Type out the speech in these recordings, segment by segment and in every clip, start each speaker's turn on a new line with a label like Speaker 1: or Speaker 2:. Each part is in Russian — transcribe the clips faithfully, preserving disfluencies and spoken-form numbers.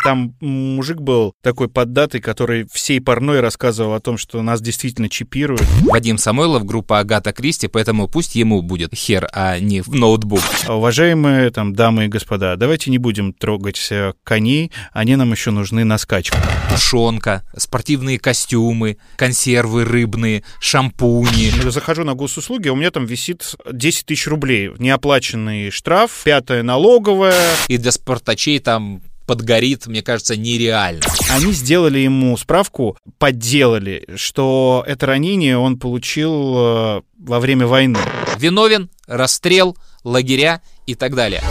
Speaker 1: Там мужик был такой поддатый, который всей порной рассказывал о том, что нас действительно чипируют.
Speaker 2: Вадим Самойлов, группа Агата Кристи, поэтому пусть ему будет хер, а не ноутбук.
Speaker 1: Уважаемые там дамы и господа, давайте не будем трогать коней, они нам еще нужны на скачку.
Speaker 2: Тушенка, спортивные костюмы, консервы рыбные, шампуни.
Speaker 1: Я захожу на госуслуги, у меня там висит десять тысяч рублей. Неоплаченный штраф, пятая налоговая.
Speaker 2: И для спортачей там подгорит, мне кажется, нереально.
Speaker 1: Они сделали ему справку, подделали, что это ранение он получил э, во время войны.
Speaker 2: Виновен, расстрел, лагеря и так далее.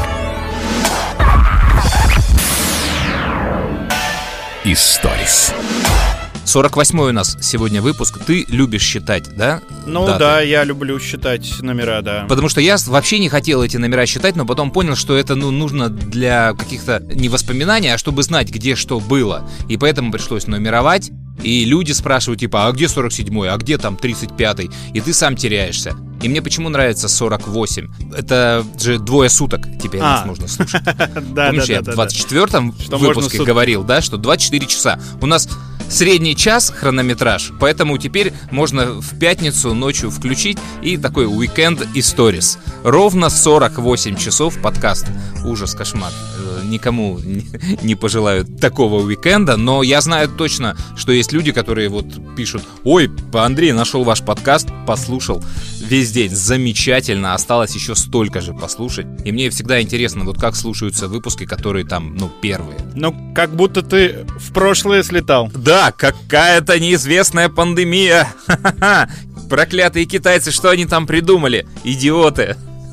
Speaker 3: Историс.
Speaker 2: сорок восьмой у нас сегодня выпуск. Ты любишь считать, да?
Speaker 1: Ну
Speaker 2: даты?
Speaker 1: Да, я люблю считать номера, да.
Speaker 2: Потому что я вообще не хотел эти номера считать, но потом понял, что это ну, нужно для каких-то не воспоминаний, а чтобы знать, где что было. И поэтому пришлось нумеровать. И люди спрашивают, типа, а где сорок седьмой, а где там тридцать пятый? И ты сам теряешься. И мне почему нравится сорок восемь? Это же двое суток теперь нас можно слушать. Помнишь, я в двадцать четвёртом выпуске говорил, да, что двадцать четыре часа. У нас средний час хронометраж, поэтому теперь можно в пятницу ночью включить и такой Weekend Stories. Ровно сорок восемь часов подкаст. Ужас, кошмар. Никому не пожелаю такого уикенда, но я знаю точно, что есть люди, которые вот пишут: ой, Андрей, нашел ваш подкаст, послушал весь день, замечательно, осталось еще столько же послушать. И мне всегда интересно, вот как слушаются выпуски, которые там, ну, первые.
Speaker 1: Ну, как будто ты в прошлое слетал.
Speaker 2: Да, какая-то неизвестная пандемия. Ха-ха-ха. Проклятые китайцы, что они там придумали? Идиоты.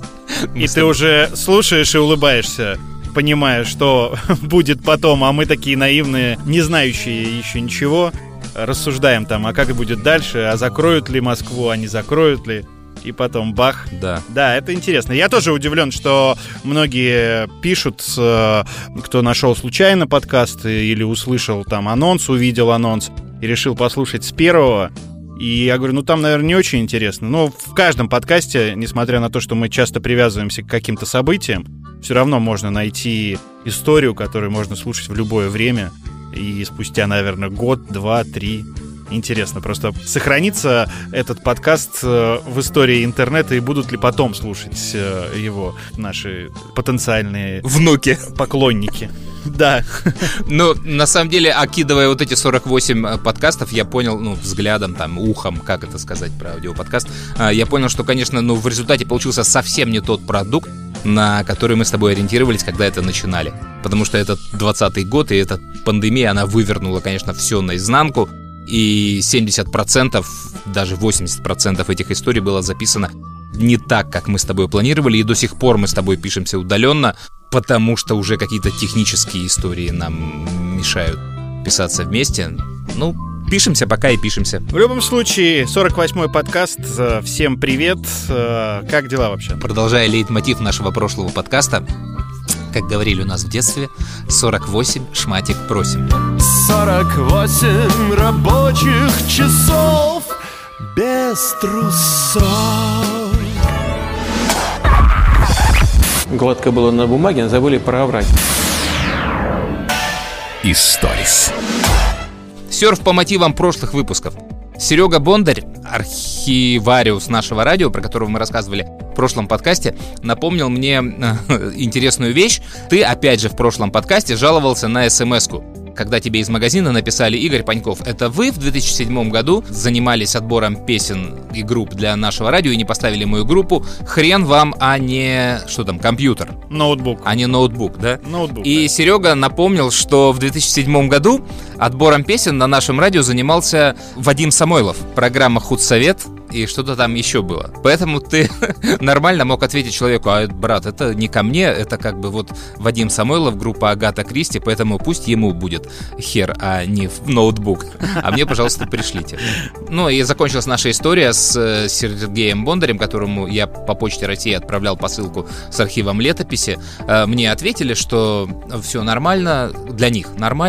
Speaker 1: И ты уже слушаешь и улыбаешься, понимая, что будет потом, а мы такие наивные, не знающие еще ничего, рассуждаем там, а как будет дальше, а закроют ли Москву, а не закроют ли. И потом бах.
Speaker 2: Да.
Speaker 1: Да, это интересно. Я тоже удивлен, что многие пишут, кто нашел случайно подкаст или услышал там анонс, увидел анонс и решил послушать с первого. И я говорю, ну там, наверное, не очень интересно. Но в каждом подкасте, несмотря на то, что мы часто привязываемся к каким-то событиям, все равно можно найти историю, которую можно слушать в любое время. И спустя, наверное, год, два, три. Интересно, просто сохранится этот подкаст в истории интернета, и будут ли потом слушать его наши потенциальные
Speaker 2: внуки,
Speaker 1: поклонники. Да.
Speaker 2: Ну, на самом деле, окидывая вот эти сорок восемь подкастов, я понял, ну, взглядом, там, ухом, как это сказать про аудиоподкаст, я понял, что, конечно, ну, в результате получился совсем не тот продукт, на который мы с тобой ориентировались, когда это начинали. Потому что это двадцатый год, и эта пандемия, она вывернула, конечно, все наизнанку. И семьдесят процентов, даже восемьдесят процентов этих историй было записано не так, как мы с тобой планировали. И до сих пор мы с тобой пишемся удаленно, потому что уже какие-то технические истории нам мешают писаться вместе. Ну, пишемся пока и пишемся.
Speaker 1: В любом случае, сорок восьмой подкаст. Всем привет. Как дела вообще?
Speaker 2: Продолжая лейтмотив нашего прошлого подкаста, как говорили у нас в детстве, сорок восемь шматик просим.
Speaker 4: сорок восемь рабочих часов без трусов.
Speaker 5: Гладко было на бумаге, но забыли проврать.
Speaker 3: Историс.
Speaker 2: Серф по мотивам прошлых выпусков. Серега Бондарь, архивариус нашего радио, про которого мы рассказывали в прошлом подкасте, напомнил мне э, интересную вещь. Ты, опять же, в прошлом подкасте жаловался на эс-эм-эску. Когда тебе из магазина написали: Игорь Паньков, это вы в две тысячи седьмом году занимались отбором песен и групп для нашего радио и не поставили мою группу. Хрен вам, а не... Что там, компьютер?
Speaker 1: Ноутбук.
Speaker 2: А не ноутбук, да?
Speaker 1: Ноутбук.
Speaker 2: И
Speaker 1: да.
Speaker 2: Серега напомнил, что в две тысячи седьмом году отбором песен на нашем радио занимался Вадим Самойлов. Программа «Худсовет» и что-то там еще было. Поэтому ты нормально мог ответить человеку: а, брат, это не ко мне, это как бы вот Вадим Самойлов, группа Агата Кристи, поэтому пусть ему будет хер, а не ноутбук. А мне, пожалуйста, пришлите. Ну и закончилась наша история с Сергеем Бондарем, которому я по Почте России отправлял посылку с архивом летописи. Мне ответили, что все нормально, для них нормально,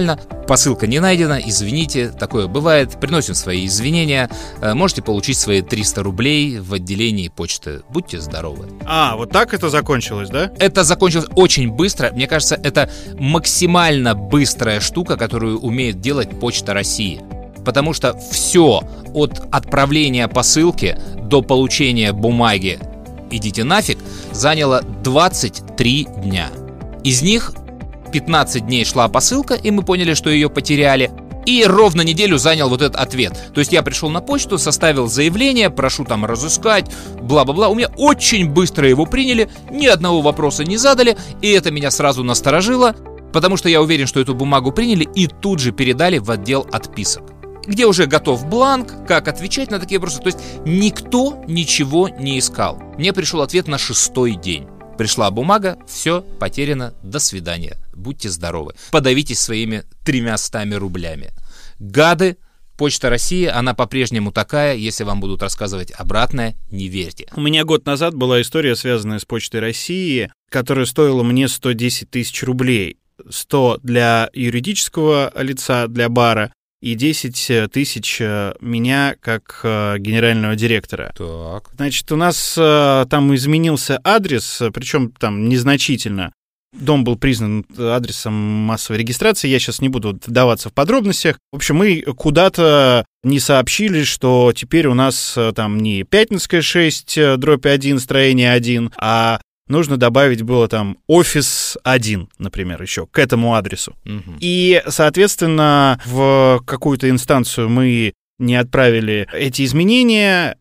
Speaker 2: посылка не найдена, извините, такое бывает, приносим свои извинения, можете получить свои триста рублей в отделении почты. Будьте здоровы.
Speaker 1: А, вот так это закончилось, да?
Speaker 2: Это закончилось очень быстро. Мне кажется, это максимально быстрая штука, которую умеет делать Почта России. Потому что все от отправления посылки до получения бумаги «идите нафиг» заняло двадцать три дня. Из них пятнадцать дней шла посылка, и мы поняли, что ее потеряли. И ровно неделю занял вот этот ответ. То есть я пришел на почту, составил заявление, прошу там разыскать, бла-бла-бла. У меня очень быстро его приняли, ни одного вопроса не задали, и это меня сразу насторожило, потому что я уверен, что эту бумагу приняли и тут же передали в отдел отписок, где уже готов бланк, как отвечать на такие вопросы. То есть никто ничего не искал. Мне пришел ответ на шестой день. Пришла бумага, все, потеряно, до свидания. Будьте здоровы. Подавитесь своими тремястами рублями. Гады, Почта России, она по-прежнему такая. Если вам будут рассказывать обратное, не верьте.
Speaker 1: У меня год назад была история, связанная с Почтой России, которая стоила мне сто десять тысяч рублей. сто для юридического лица, для бара, и десять тысяч меня как генерального директора.
Speaker 2: Так.
Speaker 1: Значит, у нас там изменился адрес, причем там незначительно. Дом был признан адресом массовой регистрации, я сейчас не буду вдаваться в подробностях. В общем, мы куда-то не сообщили, что теперь у нас там не Пятницкая шесть, дробь один, строение один, а нужно добавить было там офис один, например, еще к этому адресу.
Speaker 2: Угу.
Speaker 1: И, соответственно, в какую-то инстанцию мы не отправили эти изменения,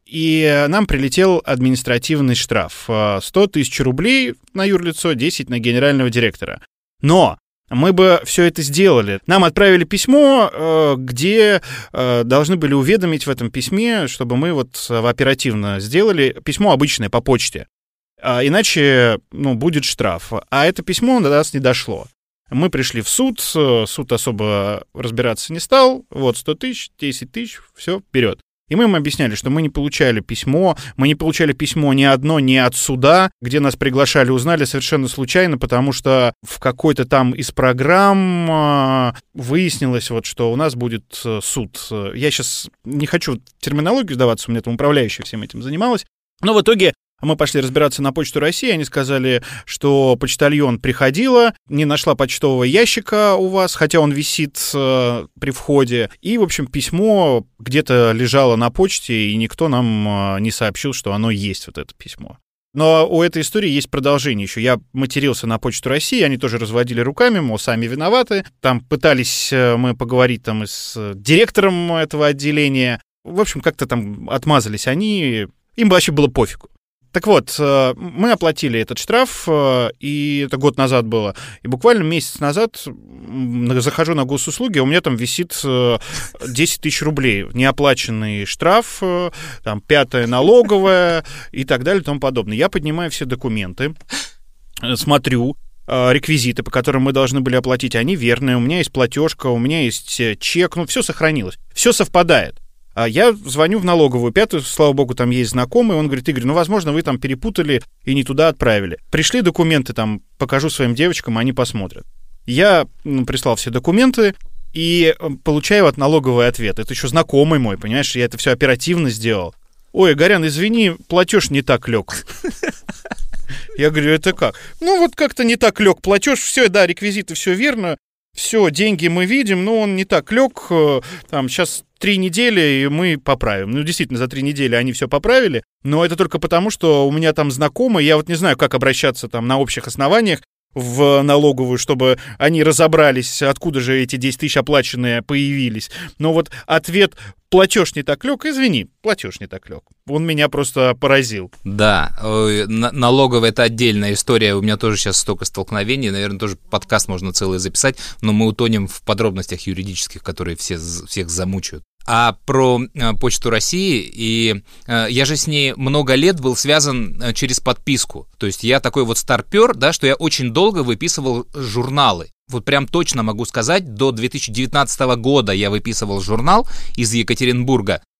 Speaker 1: и нам прилетел административный штраф. сто тысяч рублей на юрлицо, десять на генерального директора. Но мы бы все это сделали. Нам отправили письмо, где должны были уведомить в этом письме, чтобы мы вот оперативно сделали. Письмо обычное по почте. Иначе, ну, будет штраф. А это письмо до нас не дошло. Мы пришли в суд, суд особо разбираться не стал. Вот сто тысяч, десять тысяч, все, вперед. И мы им объясняли, что мы не получали письмо, мы не получали письмо ни одно, ни от суда, где нас приглашали, узнали совершенно случайно, потому что в какой-то там из программ выяснилось, вот, что у нас будет суд. Я сейчас не хочу в терминологию сдаваться, у меня там управляющая всем этим занималась, но в итоге мы пошли разбираться на Почту России, они сказали, что почтальон приходила, не нашла почтового ящика у вас, хотя он висит э, при входе, и, в общем, письмо где-то лежало на почте, и никто нам э, не сообщил, что оно есть, вот это письмо. Но у этой истории есть продолжение еще. Я матерился на Почту России, они тоже разводили руками, мол, сами виноваты. Там пытались мы поговорить там и с директором этого отделения. В общем, как-то там отмазались они, им вообще было пофигу. Так вот, мы оплатили этот штраф, и это год назад было, и буквально месяц назад захожу на госуслуги, а у меня там висит десять тысяч рублей, неоплаченный штраф, там пятая налоговая и так далее и тому подобное. Я поднимаю все документы, смотрю, реквизиты, по которым мы должны были оплатить, они верные, у меня есть платежка, у меня есть чек, ну, все сохранилось, все совпадает. Я звоню в налоговую пятую, слава богу, там есть знакомый, он говорит: Игорь, ну, возможно, вы там перепутали и не туда отправили. Пришли документы, там, покажу своим девочкам, они посмотрят. Я ну, прислал все документы и получаю от налоговой ответ. Это еще знакомый мой, понимаешь, я это все оперативно сделал. Ой, Игорян, извини, платеж не так лег. Я говорю, это как? Ну, вот как-то не так лег платеж, все, да, реквизиты, все верно. Все, деньги мы видим, но он не так лег, там, сейчас три недели, и мы поправим. Ну, действительно, за три недели они все поправили, но это только потому, что у меня там знакомые, я вот не знаю, как обращаться там на общих основаниях в налоговую, чтобы они разобрались, откуда же эти десять тысяч оплаченные появились. Но вот ответ «платеж не так лег», извини, платеж не так лег. Он меня просто поразил.
Speaker 2: Да, налоговая — это отдельная история, у меня тоже сейчас столько столкновений, наверное, тоже подкаст можно целый записать, но мы утонем в подробностях юридических, которые все, всех замучают. А про Почту России, и э, я же с ней много лет был связан э, через подписку. То есть я такой вот старпер, да, что я очень долго выписывал журналы. Вот прям точно могу сказать, до две тысячи девятнадцатого года я выписывал журнал из Екатеринбурга.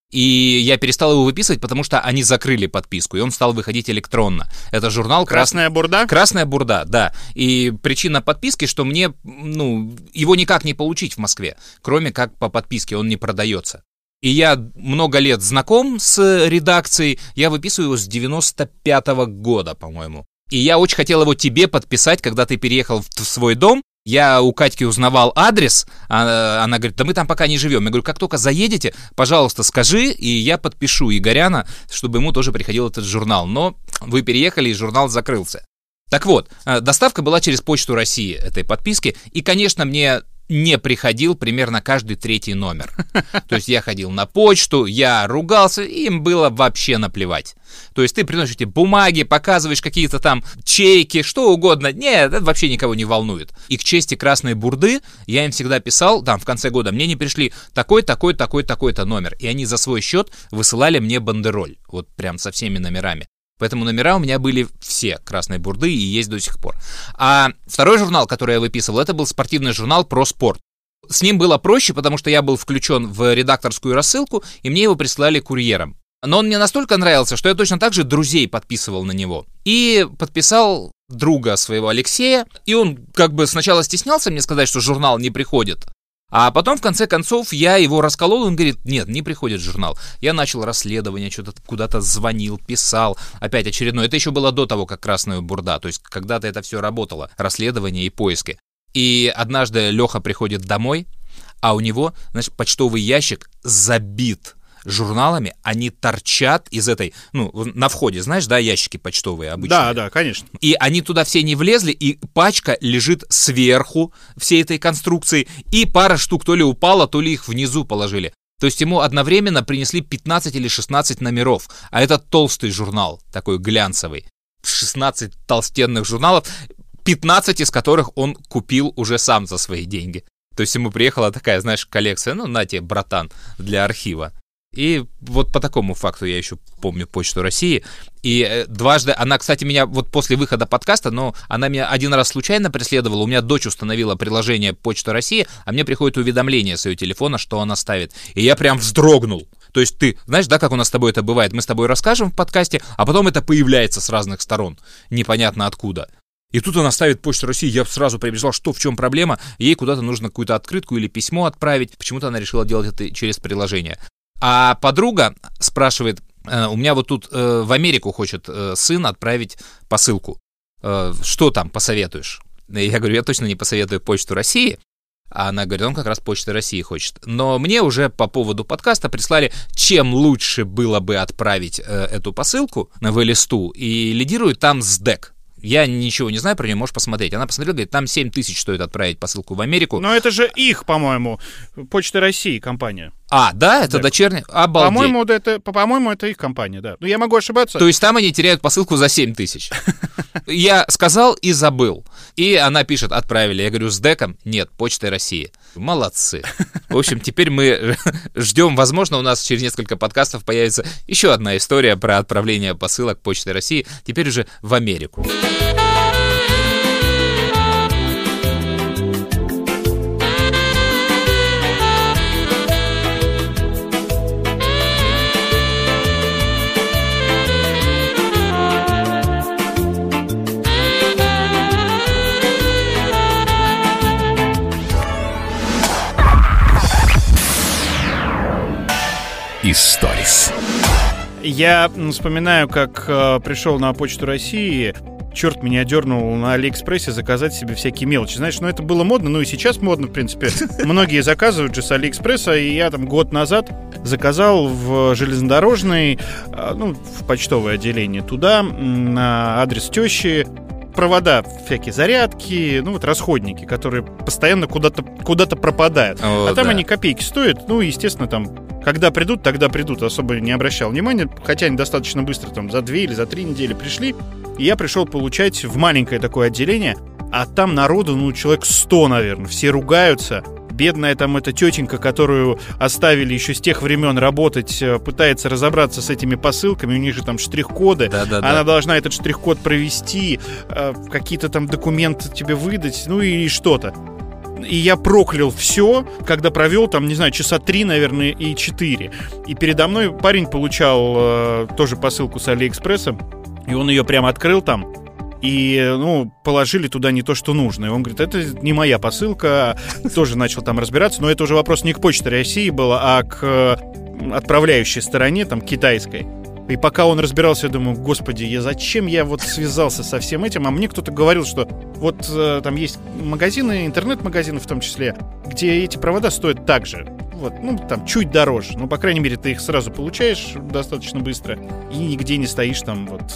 Speaker 2: И я перестал его выписывать, потому что они закрыли подписку, и он стал выходить электронно. Это журнал
Speaker 1: «Красная бурда»?
Speaker 2: «Красная бурда», да. И причина подписки, что мне, ну, его никак не получить в Москве, кроме как по подписке, он не продается. И я много лет знаком с редакцией, я выписываю его с девяносто пятого года, по-моему. И я очень хотел его тебе подписать, когда ты переехал в свой дом. Я у Катьки узнавал адрес, она говорит, да мы там пока не живем. Я говорю, как только заедете, пожалуйста, скажи, и я подпишу Игоряна, чтобы ему тоже приходил этот журнал. Но вы переехали, и журнал закрылся. Так вот, доставка была через Почту России этой подписки, и, конечно, мне не приходил примерно каждый третий номер. То есть я ходил на почту, я ругался, им было вообще наплевать. То есть ты приносишь эти бумаги, показываешь какие-то там чеки, что угодно. Нет, это вообще никого не волнует. И к чести Красной бурды я им всегда писал, там, в конце года, мне не пришли такой, такой, такой, такой-то номер. И они за свой счет высылали мне бандероль. Вот прям со всеми номерами. Поэтому номера у меня были все Красной бурды и есть до сих пор. А второй журнал, который я выписывал, это был спортивный журнал про спорт. С ним было проще, потому что я был включен в редакторскую рассылку, и мне его прислали курьером. Но он мне настолько нравился, что я точно так же друзей подписывал на него. И подписал друга своего Алексея, и он как бы сначала стеснялся мне сказать, что журнал не приходит. А потом, в конце концов, я его расколол, он говорит, нет, не приходит журнал. Я начал расследование, что-то куда-то звонил, писал, опять очередное. Это еще было до того, как Красная бурда, то есть когда-то это все работало, расследование и поиски. И однажды Леха приходит домой, а у него, значит, почтовый ящик забит журналами, они торчат из этой, ну, на входе, знаешь, да, ящики почтовые обычные.
Speaker 1: Да, да, конечно.
Speaker 2: И они туда все не влезли, и пачка лежит сверху всей этой конструкции, и пара штук то ли упала, то ли их внизу положили. То есть ему одновременно принесли пятнадцать или шестнадцать номеров, а это толстый журнал, такой глянцевый. шестнадцать толстенных журналов, пятнадцать из которых он купил уже сам за свои деньги. То есть ему приехала такая, знаешь, коллекция, ну, на тебе, братан, для архива. И вот по такому факту я еще помню Почту России. И дважды, она, кстати, меня вот после выхода подкаста, но она меня один раз случайно преследовала. У меня дочь установила приложение Почта России, а мне приходит уведомление с ее телефона, что она ставит. И я прям вздрогнул. То есть ты, знаешь, да, как у нас с тобой это бывает? Мы с тобой расскажем в подкасте, а потом это появляется с разных сторон. Непонятно откуда. И тут она ставит Почту России, я сразу прибежал, что, в чем проблема? Ей куда-то нужно какую-то открытку или письмо отправить. Почему-то она решила делать это через приложение. А подруга спрашивает, э, у меня вот тут э, в Америку хочет э, сын отправить посылку. Э, что там посоветуешь? И я говорю, я точно не посоветую Почту России. А она говорит, он как раз Почты России хочет. Но мне уже по поводу подкаста прислали, чем лучше было бы отправить э, эту посылку в Элисту. И лидирует там СДЭК. Я ничего не знаю про нее, можешь посмотреть. Она посмотрела, говорит, там семь тысяч стоит отправить посылку в Америку.
Speaker 1: Но это же их, по-моему, Почта России компания.
Speaker 2: А, да? Это дочерняя? Обалдеть.
Speaker 1: По-моему, это, по-моему, это их компания, да. Ну, я могу ошибаться.
Speaker 2: То есть там они теряют посылку за семь тысяч. Я сказал и забыл. И она пишет, отправили. Я говорю, с ДЭКом? Нет, Почтой России. Молодцы. В общем, теперь мы ждем, возможно, у нас через несколько подкастов появится еще одна история про отправление посылок Почтой России, теперь уже в Америку.
Speaker 3: Историс.
Speaker 1: Я вспоминаю, как э, пришел на Почту России, черт меня дернул на Алиэкспрессе заказать себе всякие мелочи. Знаешь, ну это было модно, ну и сейчас модно, в принципе. Многие заказывают же с Алиэкспресса, и я там год назад заказал в железнодорожный, э, ну, в почтовое отделение туда, на адрес тещи, провода, всякие зарядки, ну вот расходники, которые постоянно куда-то, куда-то пропадают. О, а там да. Они копейки стоят, ну, естественно, там когда придут, тогда придут, особо не обращал внимания, хотя они достаточно быстро, там, за две или за три недели пришли, и я пришел получать в маленькое такое отделение, а там народу, ну, человек сто, наверное, все ругаются, бедная там эта тетенька, которую оставили еще с тех времен работать, пытается разобраться с этими посылками, у них же там штрих-коды,
Speaker 2: Да-да-да.
Speaker 1: Она должна этот штрих-код провести, какие-то там документы тебе выдать, ну и что-то. И я проклял все, когда провел там, не знаю, часа три, наверное, и четыре. И передо мной парень получал э, тоже посылку с Алиэкспресса, и он ее прямо открыл там. И, ну, положили туда не то, что нужно. И он говорит, это не моя посылка. Тоже начал там разбираться. Но это уже вопрос не к Почте России был, а к отправляющей стороне, там, китайской. И пока он разбирался, я думаю, господи, я зачем я вот связался со всем этим? А мне кто-то говорил, что вот э, там есть магазины, интернет-магазины в том числе, где эти провода стоят так же. Вот, ну, там, чуть дороже. Ну, по крайней мере, ты их сразу получаешь достаточно быстро. И нигде не стоишь там вот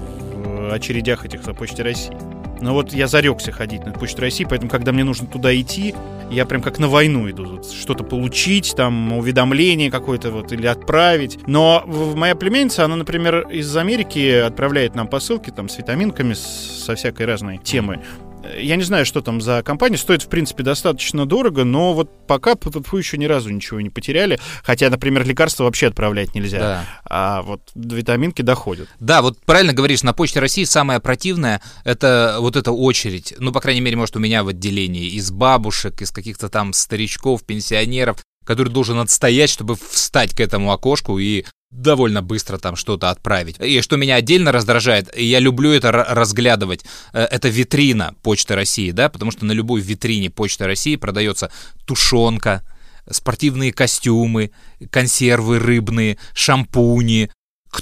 Speaker 1: в очередях этих за Почте России. Но вот я зарекся ходить на Почту России, поэтому, когда мне нужно туда идти, я прям как на войну иду. Вот, что-то получить, там, уведомление какое-то вот, или отправить. Но моя племянница, она, например, из Америки отправляет нам посылки там с витаминками, со всякой разной темой. Я не знаю, что там за компания. Стоит, в принципе, достаточно дорого, но вот пока ППФ еще ни разу ничего не потеряли. Хотя, например, лекарства вообще отправлять нельзя. Да. А вот витаминки доходят.
Speaker 2: Да, вот правильно говоришь, на Почте России самое противное — это вот эта очередь. Ну, по крайней мере, может, у меня в отделении. Из бабушек, из каких-то там старичков, пенсионеров, который должен отстоять, чтобы встать к этому окошку и довольно быстро там что-то отправить. И что меня отдельно раздражает, и я люблю это разглядывать, это витрина Почты России, да, потому что на любой витрине Почты России продается тушенка, спортивные костюмы, консервы рыбные, шампуни.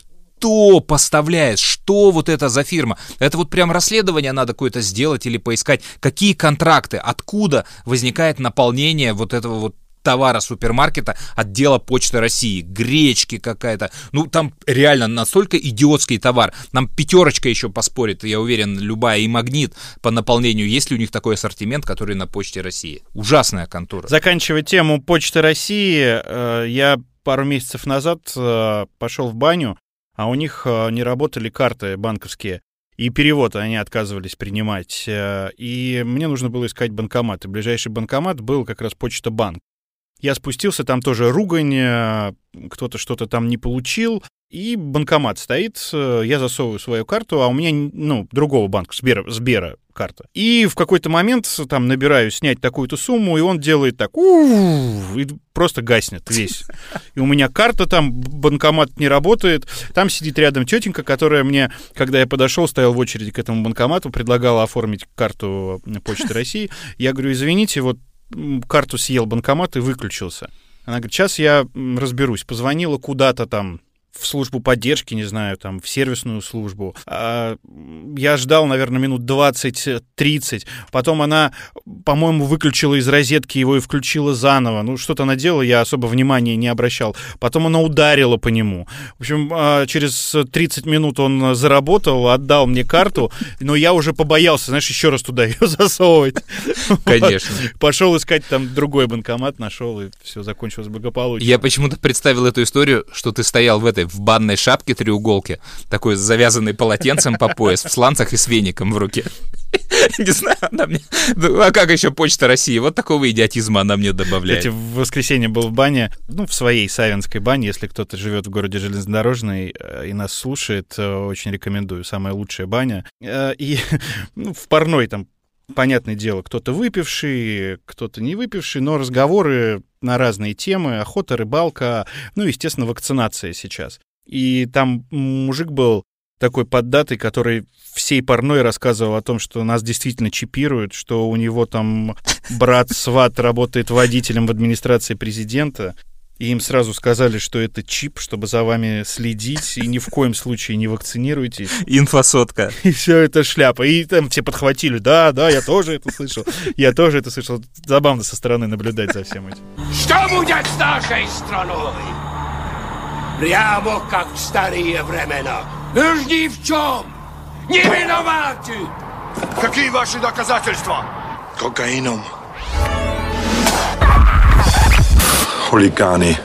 Speaker 2: Кто поставляет? Что вот это за фирма? Это вот прям расследование надо какое-то сделать или поискать. Какие контракты? Откуда возникает наполнение вот этого вот товара супермаркета отдела Почты России, гречки какая-то, ну там реально настолько идиотский товар, нам пятерочка еще поспорит, я уверен, любая, и Магнит по наполнению, есть ли у них такой ассортимент, который на Почте России. Ужасная контора.
Speaker 1: Заканчивая тему Почты России, я пару месяцев назад пошел в баню, а у них не работали карты банковские. И перевод они отказывались принимать. И мне нужно было искать банкомат. И ближайший банкомат был как раз Почта Банк. Я спустился, там тоже ругань, кто-то что-то там не получил, и банкомат стоит, я засовываю свою карту, а у меня, ну, другого банка, Сбера, Сбера карта. И в какой-то момент там набираю снять такую-то сумму, и он делает так, и просто гаснет весь. И у меня карта там, банкомат не работает, там сидит рядом тетенька, которая мне, когда я подошел, стоял в очереди к этому банкомату, предлагала оформить карту Почты России. Я говорю, извините, вот карту съел банкомат и выключился. Она говорит, сейчас я разберусь. Позвонила куда-то там в службу поддержки, не знаю, там, в сервисную службу. А я ждал, наверное, минут двадцать-тридцать. Потом она, по-моему, выключила из розетки его и включила заново. Ну, что-то она делала, я особо внимания не обращал. Потом она ударила по нему. В общем, через тридцать минут он заработал, отдал мне карту, но я уже побоялся, знаешь, еще раз туда ее засовывать.
Speaker 2: Конечно.
Speaker 1: Пошел искать там другой банкомат, нашел, и все закончилось благополучно.
Speaker 2: Я почему-то представил эту историю, что ты стоял в этой в банной шапке треуголке, такой завязанный полотенцем по пояс, в сланцах и с веником в руке. Не знаю, она мне... Ну, а как еще Почта России? Вот такого идиотизма она мне добавляет.
Speaker 1: Кстати, в воскресенье был в бане, ну, в своей савинской бане, если кто-то живет в городе Железнодорожный и нас слушает, очень рекомендую, самая лучшая баня. И ну, в парной там, понятное дело, кто-то выпивший, кто-то не выпивший, но разговоры на разные темы, охота, рыбалка, ну, естественно, вакцинация сейчас. И там мужик был такой поддатый, который всей парной рассказывал о том, что нас действительно чипируют, что у него там брат-сват работает водителем в администрации президента, и им сразу сказали, что это чип, чтобы за вами следить, и ни в коем случае не вакцинируйтесь.
Speaker 2: Инфосотка.
Speaker 1: И все это шляпа. И там все подхватили. Да, да, я тоже это слышал. Я тоже это слышал. Забавно со стороны наблюдать за всем этим.
Speaker 6: Что будет с нашей страной? Прямо как в старые времена. Уж ни в чем не виноваты.
Speaker 4: Какие ваши доказательства? Кокаином. Хулиганы.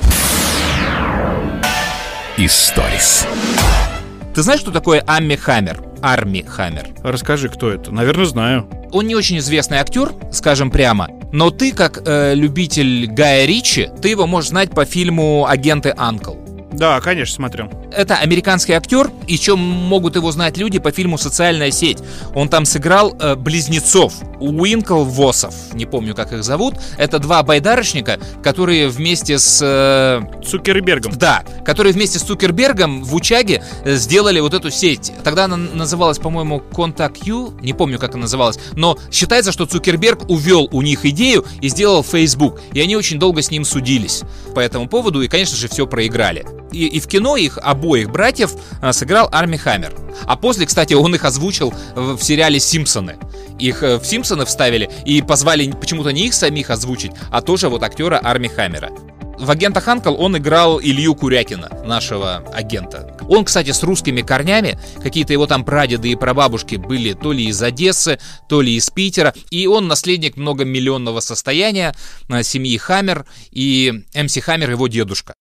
Speaker 3: Историс.
Speaker 2: Ты знаешь, что такое Арми Хаммер? Арми Хаммер.
Speaker 1: Расскажи, кто это. Наверное, знаю.
Speaker 2: Он не очень известный актер, скажем прямо, но ты, как э, любитель Гая Ричи, ты его можешь знать по фильму «Агенты Анкл».
Speaker 1: Да, конечно, смотрел.
Speaker 2: Это американский актер, и чем могут его знать люди по фильму «Социальная сеть». Он там сыграл э, близнецов Уинклвоссов, не помню, как их зовут. Это два байдарочника, которые вместе с... Э,
Speaker 1: Цукербергом.
Speaker 2: Да, которые вместе с Цукербергом в Учаге э, сделали вот эту сеть. Тогда она называлась, по-моему, ContactU, не помню, как она называлась, но считается, что Цукерберг увел у них идею и сделал Facebook, и они очень долго с ним судились по этому поводу, и, конечно же, все проиграли. И, и в кино их обоих братьев а, сыграл Арми Хаммер. А после, кстати, он их озвучил в, в сериале «Симпсоны». Их э, в «Симпсоны» вставили и позвали почему-то не их самих озвучить, а тоже вот актера Арми Хаммера. В «Агентах Анкл» он играл Илью Курякина, нашего агента. Он, кстати, с русскими корнями, какие-то его там прадеды и прабабушки были то ли из Одессы, то ли из Питера, и он наследник многомиллионного состояния семьи Хаммер, и эм си Хаммер его дедушка.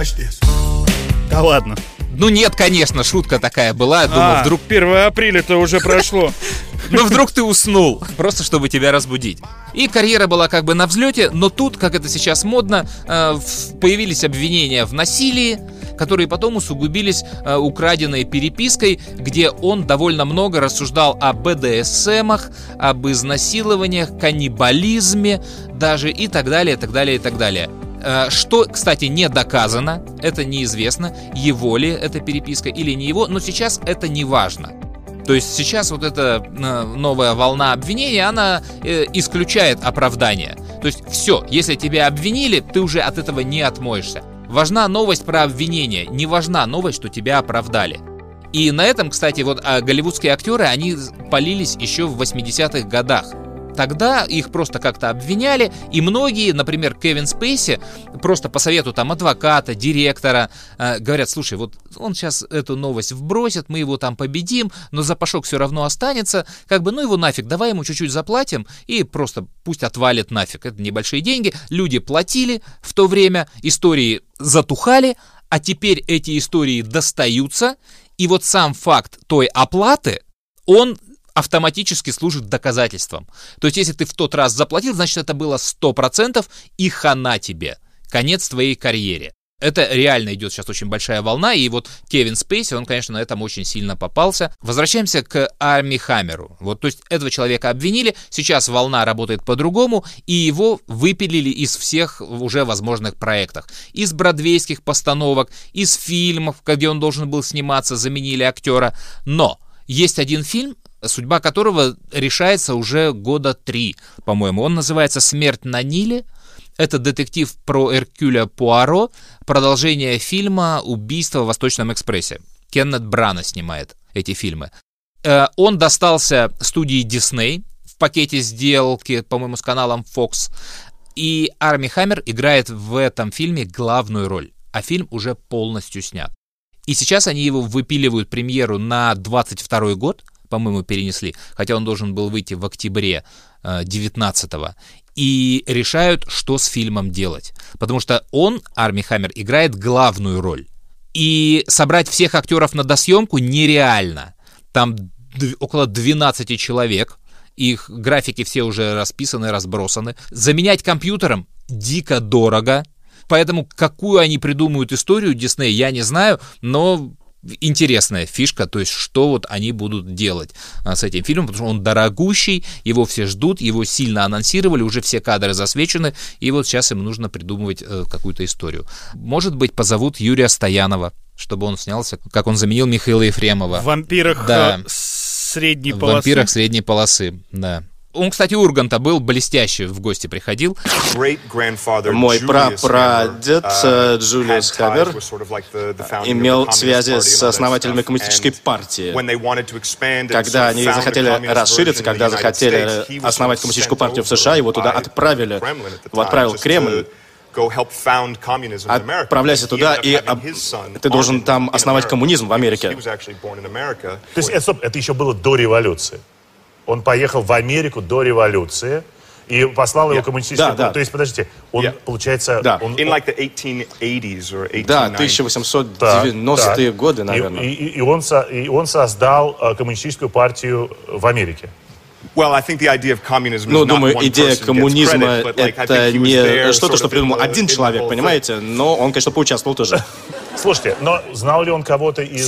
Speaker 1: Да ладно.
Speaker 2: Ну нет, конечно, шутка такая была. Я думал,
Speaker 1: а,
Speaker 2: вдруг
Speaker 1: первое апреля-то уже прошло.
Speaker 2: Ну вдруг ты уснул, просто чтобы тебя разбудить. И карьера была как бы на взлете, но тут, как это сейчас модно, появились обвинения в насилии, которые потом усугубились украденной перепиской, где он довольно много рассуждал о бэ дэ эс эмах, об изнасилованиях, каннибализме даже и так далее, и так далее, и так далее. Что, кстати, не доказано, это неизвестно, его ли эта переписка или не его, но сейчас это не важно. То есть сейчас вот эта новая волна обвинений, она исключает оправдание. То есть все, если тебя обвинили, ты уже от этого не отмоешься. Важна новость про обвинение, не важна новость, что тебя оправдали. И на этом, кстати, вот голливудские актеры, они палились еще в восьмидесятых годах. Тогда их просто как-то обвиняли, и многие, например, Кевин Спейси, просто по совету там адвоката, директора, э, говорят: слушай, вот он сейчас эту новость вбросит, мы его там победим, но запашок все равно останется, как бы, ну его нафиг, давай ему чуть-чуть заплатим, и просто пусть отвалит нафиг. Это небольшие деньги, люди платили в то время, истории затухали, а теперь эти истории достаются, и вот сам факт той оплаты, он автоматически служит доказательством. То есть, если ты в тот раз заплатил, значит, это было сто процентов, и хана тебе. Конец твоей карьере. Это реально идет сейчас очень большая волна, и вот Кевин Спейси, он, конечно, на этом очень сильно попался. Возвращаемся к Арми Хаммеру. Вот, то есть, этого человека обвинили, сейчас волна работает по-другому, и его выпилили из всех уже возможных проектов. Из бродвейских постановок, из фильмов, где он должен был сниматься, заменили актера. Но есть один фильм, судьба которого решается уже года три, по-моему. Он называется «Смерть на Ниле». Это детектив про Эркюля Пуаро, продолжение фильма «Убийство в Восточном экспрессе». Кеннет Брана снимает эти фильмы. Он достался студии Disney в пакете сделки, по-моему, с каналом Fox. И Арми Хаммер играет в этом фильме главную роль, а фильм уже полностью снят. И сейчас они его выпиливают премьеру на двадцать второй год, по-моему, перенесли, хотя он должен был выйти в октябре девятнадцатого, и решают, что с фильмом делать. Потому что он, Арми Хаммер, играет главную роль. И собрать всех актеров на досъемку нереально. Там около двенадцати человек, их графики все уже расписаны, разбросаны. Заменять компьютером дико дорого. Поэтому какую они придумают историю Дисней, я не знаю, но интересная фишка, то есть что вот они будут делать а, с этим фильмом, потому что он дорогущий, его все ждут, его сильно анонсировали, уже все кадры засвечены, и вот сейчас им нужно придумывать э, какую-то историю. Может быть, позовут Юрия Стоянова, чтобы он снялся, как он заменил Михаила Ефремова.
Speaker 1: В «Вампирах» да. средней полосы.
Speaker 2: В «Вампирах» средней полосы, да. Он, кстати, у Урганта был блестящий, в гости приходил.
Speaker 7: Мой прапрадед Джулиус Хаммер имел связи с основателями коммунистической партии. Когда они захотели расшириться, когда захотели основать коммунистическую партию в США, его туда отправили. Его отправил Кремль. Отправляйся туда, и об... ты должен там основать коммунизм в Америке.
Speaker 8: То есть это, это еще было до революции? Он поехал в Америку до революции и послал yeah. его коммунистическую... Да, да. То есть, подождите, он, yeah. получается...
Speaker 7: Да,
Speaker 8: он,
Speaker 7: In like the eighteen eighties or eighteen nineties. Да, тысяча восемьсот девяностые да, годы, наверное.
Speaker 8: И, и, и, он со, и он создал uh, коммунистическую партию в Америке.
Speaker 7: Well, I think the idea of communism ну, думаю, идея коммунизма — это не что-то, что придумал один человек, понимаете? Но он, конечно, поучаствовал тоже.
Speaker 8: Слушайте, но знал ли он кого-то из...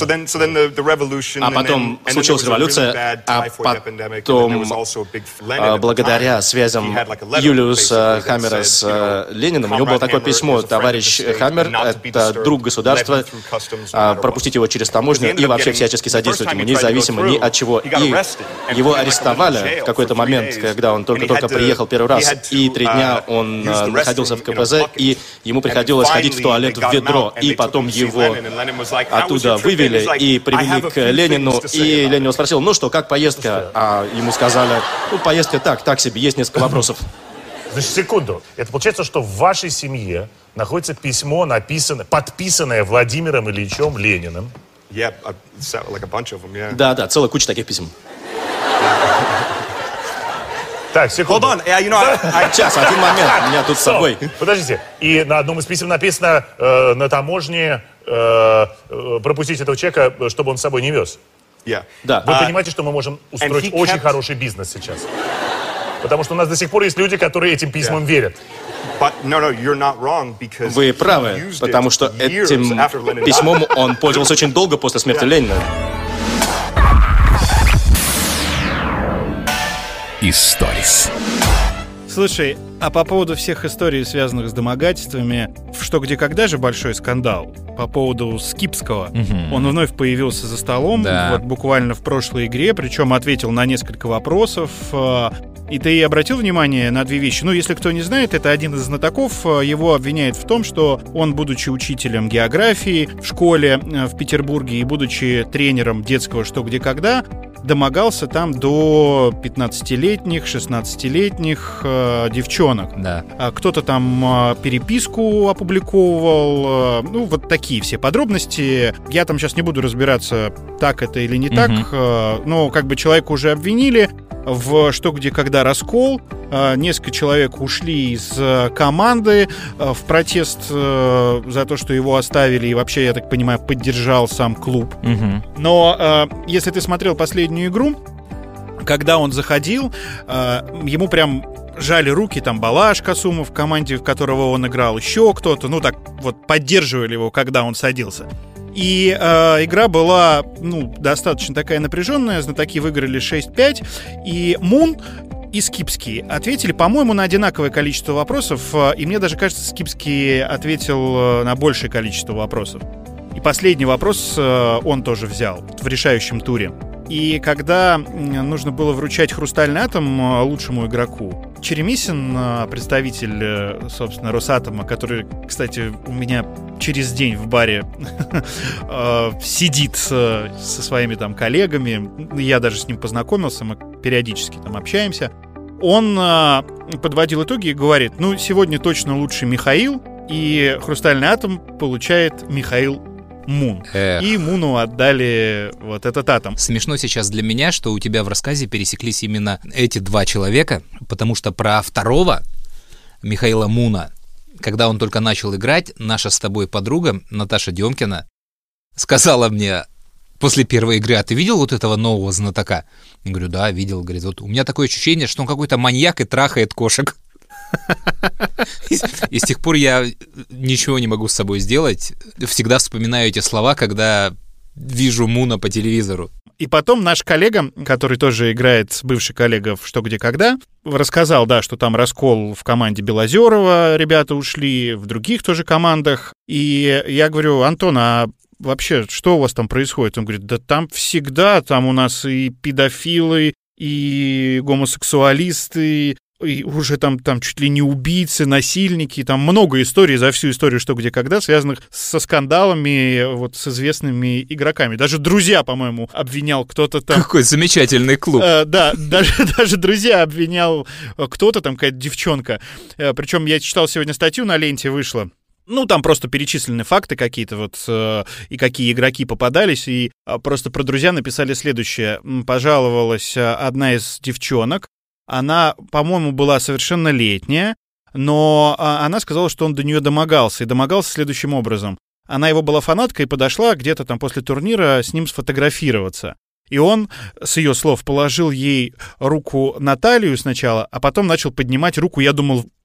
Speaker 7: А потом случилась революция, а потом, благодаря связям Юлиуса Хаммера с Лениным, у него было такое письмо: товарищ Хаммер, это друг государства, пропустить его через таможню и вообще всячески содействовать ему, независимо ни от чего. И его арестовали в какой-то момент, когда он только-только приехал первый раз, и три дня он находился в ка пэ зэ, и ему приходилось ходить в туалет в ведро, и потом его оттуда вывели и привели к Ленину, и Ленин его спросил: ну что, как поездка? А ему сказали: ну, поездка так, так себе, есть несколько вопросов.
Speaker 8: Значит, секунду. Это получается, что в вашей семье находится письмо, написанное, подписанное Владимиром Ильичем Лениным.
Speaker 7: Да, да, целая куча таких писем.
Speaker 8: Так, секунду.
Speaker 7: Hold on. Yeah, you know, I, I... Сейчас, один момент, у меня тут с собой.
Speaker 8: Подождите, и на одном из писем написано э, на таможне э, э, пропустить этого человека, чтобы он с собой не вез.
Speaker 7: Yeah. Да.
Speaker 8: Вы uh, понимаете, что мы можем устроить очень kept... хороший бизнес сейчас? Потому что у нас до сих пор есть люди, которые этим письмам yeah. верят.
Speaker 7: But, no, no, you're not wrong, because Вы правы, потому что этим письмом он пользовался очень долго после смерти yeah. Ленина.
Speaker 3: Историс.
Speaker 1: Слушай, а по поводу всех историй, связанных с домогательствами, в «Что, где, когда» же большой скандал по поводу Скипского. Угу. Он вновь появился за столом, да. вот буквально в прошлой игре, причем ответил на несколько вопросов. И ты обратил внимание на две вещи? Ну, если кто не знает, это один из знатоков. Его обвиняют в том, что он, будучи учителем географии в школе в Петербурге и будучи тренером детского «Что, где, когда», домогался там до пятнадцатилетних, шестнадцатилетних э, девчонок.
Speaker 2: Да.
Speaker 1: Кто-то там э, переписку опубликовывал. Э, ну, вот такие все подробности. Я там сейчас не буду разбираться, так это или не угу. так. Э, но как бы человека уже обвинили. В «Что, где, когда» раскол. Несколько человек ушли из команды в протест за то, что его оставили. И вообще, я так понимаю, поддержал сам клуб. Угу. Но если ты смотрел последнюю игру, когда он заходил, ему прям жали руки, там Балаш Касумов в команде, в которого он играл, еще кто-то. Ну так вот поддерживали его, когда он садился. И э, игра была, ну, достаточно такая напряженная. Знатоки выиграли шесть пять. И Мун и Скипский ответили, по-моему, на одинаковое количество вопросов. И мне даже кажется, Скипский ответил на большее количество вопросов. И последний вопрос э, он тоже взял в решающем туре. И когда нужно было вручать «Хрустальный атом» лучшему игроку, Черемисин, представитель, собственно, Росатома, который, кстати, у меня через день в баре сидит со своими там коллегами, я даже с ним познакомился, мы периодически там общаемся, он подводил итоги и говорит: ну, сегодня точно лучше Михаил, и «Хрустальный атом» получает Михаил Мун. Эх. И Муну отдали вот этот атом.
Speaker 2: Смешно сейчас для меня, что у тебя в рассказе пересеклись именно эти два человека, потому что про второго, Михаила Муна, когда он только начал играть, наша с тобой подруга Наташа Демкина сказала мне после первой игры: а ты видел вот этого нового знатока? Я говорю: да, видел. Говорит: вот у меня такое ощущение, что он какой-то маньяк и трахает кошек. И с тех пор я ничего не могу с собой сделать. Всегда вспоминаю эти слова, когда вижу Муна по телевизору.
Speaker 1: И потом наш коллега, который тоже играет, бывший коллега в «Что, где, когда», рассказал, да, что там раскол в команде Белозерова, ребята ушли, в других тоже командах. И я говорю: Антон, а вообще что у вас там происходит? Он говорит: да там всегда, там у нас и педофилы, и гомосексуалисты, и уже там, там чуть ли не убийцы, насильники, там много историй за всю историю «Что, где, когда», связанных со скандалами вот с известными игроками. Даже «Друзья», по-моему, обвинял кто-то там.
Speaker 2: Какой замечательный клуб.
Speaker 1: Э, да, даже, даже «Друзья» обвинял кто-то там, какая-то девчонка. Э, причем я читал сегодня статью, на ленте вышла. Ну, там просто перечислены факты какие-то, вот, э, и какие игроки попадались, и э, просто про «Друзья» написали следующее. Пожаловалась одна из девчонок. Она, по-моему, была совершеннолетняя, но она сказала, что он до нее домогался, и домогался следующим образом. Она его была фанаткой и подошла где-то там после турнира с ним сфотографироваться. И он, с ее слов, положил ей руку на талию сначала, а потом начал поднимать руку, я думал,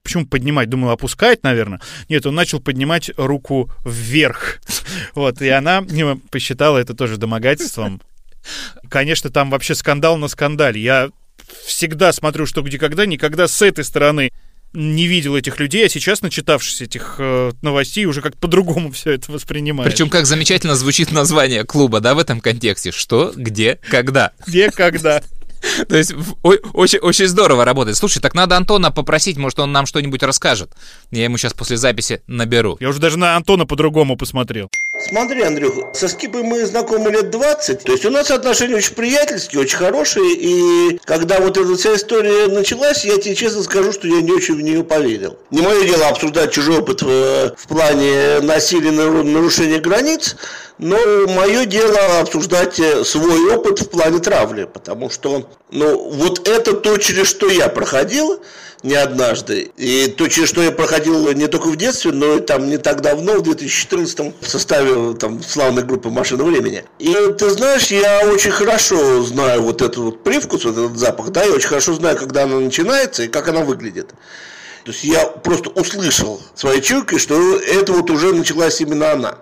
Speaker 1: почему поднимать? Думал, опускать, наверное. Нет, он начал поднимать руку вверх. Вот, и она посчитала это тоже домогательством. Конечно, там вообще скандал на скандале. Я всегда смотрю «Что, где, когда», никогда с этой стороны не видел этих людей, а сейчас, начитавшись этих э, новостей, уже как-то по-другому все это воспринимаю.
Speaker 2: Причем как замечательно звучит название клуба, да, в этом контексте. Что, где, когда.
Speaker 1: Где, когда.
Speaker 2: То есть очень, очень здорово работает. Слушай, так надо Антона попросить, может, он нам что-нибудь расскажет. Я ему сейчас после записи наберу.
Speaker 1: Я уже даже на Антона по-другому посмотрел.
Speaker 9: Смотри, Андрюх, со Скипой мы знакомы лет двадцать, то есть у нас отношения очень приятельские, очень хорошие, и когда вот эта вся история началась, я тебе честно скажу, что я не очень в нее поверил. Не мое дело обсуждать чужой опыт в, в плане насилия, нарушения границ, но мое дело обсуждать свой опыт в плане травли, потому что, ну, вот это то, через что я проходил не однажды, и то, через что я проходил не только в детстве, но и там не так давно, в две тысячи четырнадцатом, в составе там славной группы «Машина времени». И ты знаешь, я очень хорошо знаю вот этот вот привкус, вот этот запах, да, я очень хорошо знаю, когда она начинается и как она выглядит. То есть я просто услышал своей чуйкой, что это вот уже началась именно она.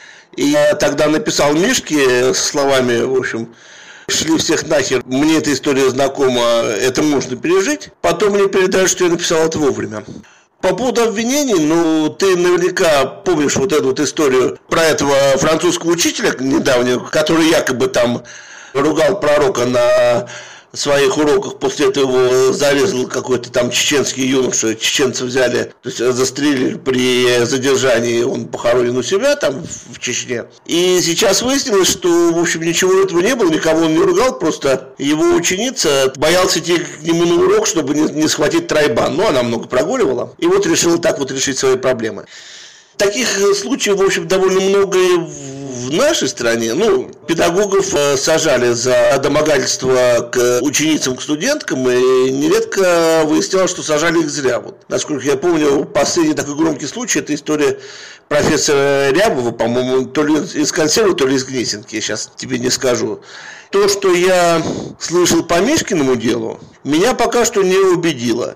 Speaker 9: И я тогда написал Мишке со словами, в общем, шли всех нахер, мне эта история знакома, это можно пережить. Потом мне передали, что я написал это вовремя. По поводу обвинений, ну, ты наверняка помнишь вот эту вот историю про этого французского учителя недавнего, который якобы там ругал пророка на своих уроках, после этого его зарезал какой-то там чеченский юноша, чеченцы взяли, то есть застрелили при задержании, он похоронен у себя там в Чечне. И сейчас выяснилось, что, в общем, ничего этого не было, никого он не ругал, просто его ученица боялась идти к нему на урок, чтобы не, не схватить тройбан. Ну, она много прогуливала, и вот решила так вот решить свои проблемы. Таких случаев, в общем, довольно много и в нашей стране. Ну, педагогов сажали за домогательство к ученицам, к студенткам, и нередко выяснялось, что сажали их зря. Вот, насколько я помню, последний такой громкий случай – это история профессора Рябова, по-моему, то ли из консервы, то ли из Гнесинки, я сейчас тебе не скажу. То, что я слышал по Мишкиному делу, меня пока что не убедило.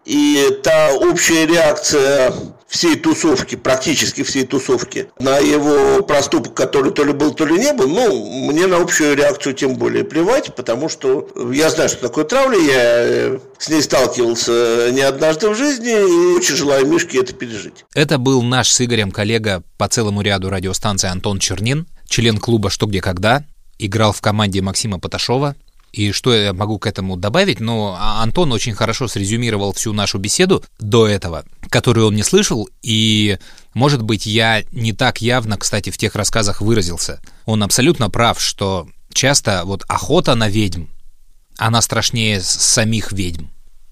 Speaker 9: И та общая реакция всей тусовки, практически всей тусовки, на его проступок, который то ли был, то ли не был, ну, мне на общую реакцию тем более плевать, потому что я знаю, что такое травля, я с ней сталкивался не однажды в жизни, и очень желаю Мишке это пережить.
Speaker 2: Это был наш с Игорем коллега по целому ряду радиостанций Антон Чернин, член клуба «Что, где, когда», играл в команде Максима Поташова. И что я могу к этому добавить? Ну, Антон очень хорошо срезюмировал всю нашу беседу до этого, которую он не слышал, и, может быть, я не так явно, кстати, в тех рассказах выразился. Он абсолютно прав, что часто вот охота на ведьм, она страшнее самих ведьм.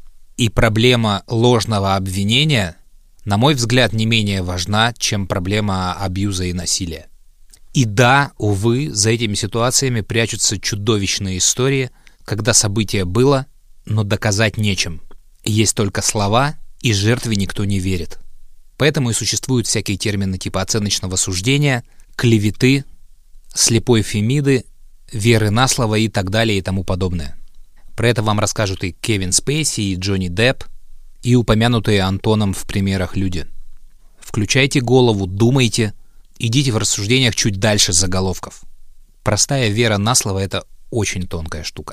Speaker 2: И проблема ложного обвинения, на мой взгляд, не менее важна, чем проблема абьюза и насилия. И да, увы, за этими ситуациями прячутся чудовищные истории, когда событие было, но доказать нечем. Есть только слова, и жертве никто не верит. Поэтому и существуют всякие термины типа оценочного суждения, клеветы, слепой фемиды, веры на слово и так далее и тому подобное. Про это вам расскажут и Кевин Спейси, и Джонни Депп, и упомянутые Антоном в примерах люди. Включайте голову, думайте, идите в рассуждениях чуть дальше заголовков. Простая вера на слово – это очень тонкая штука.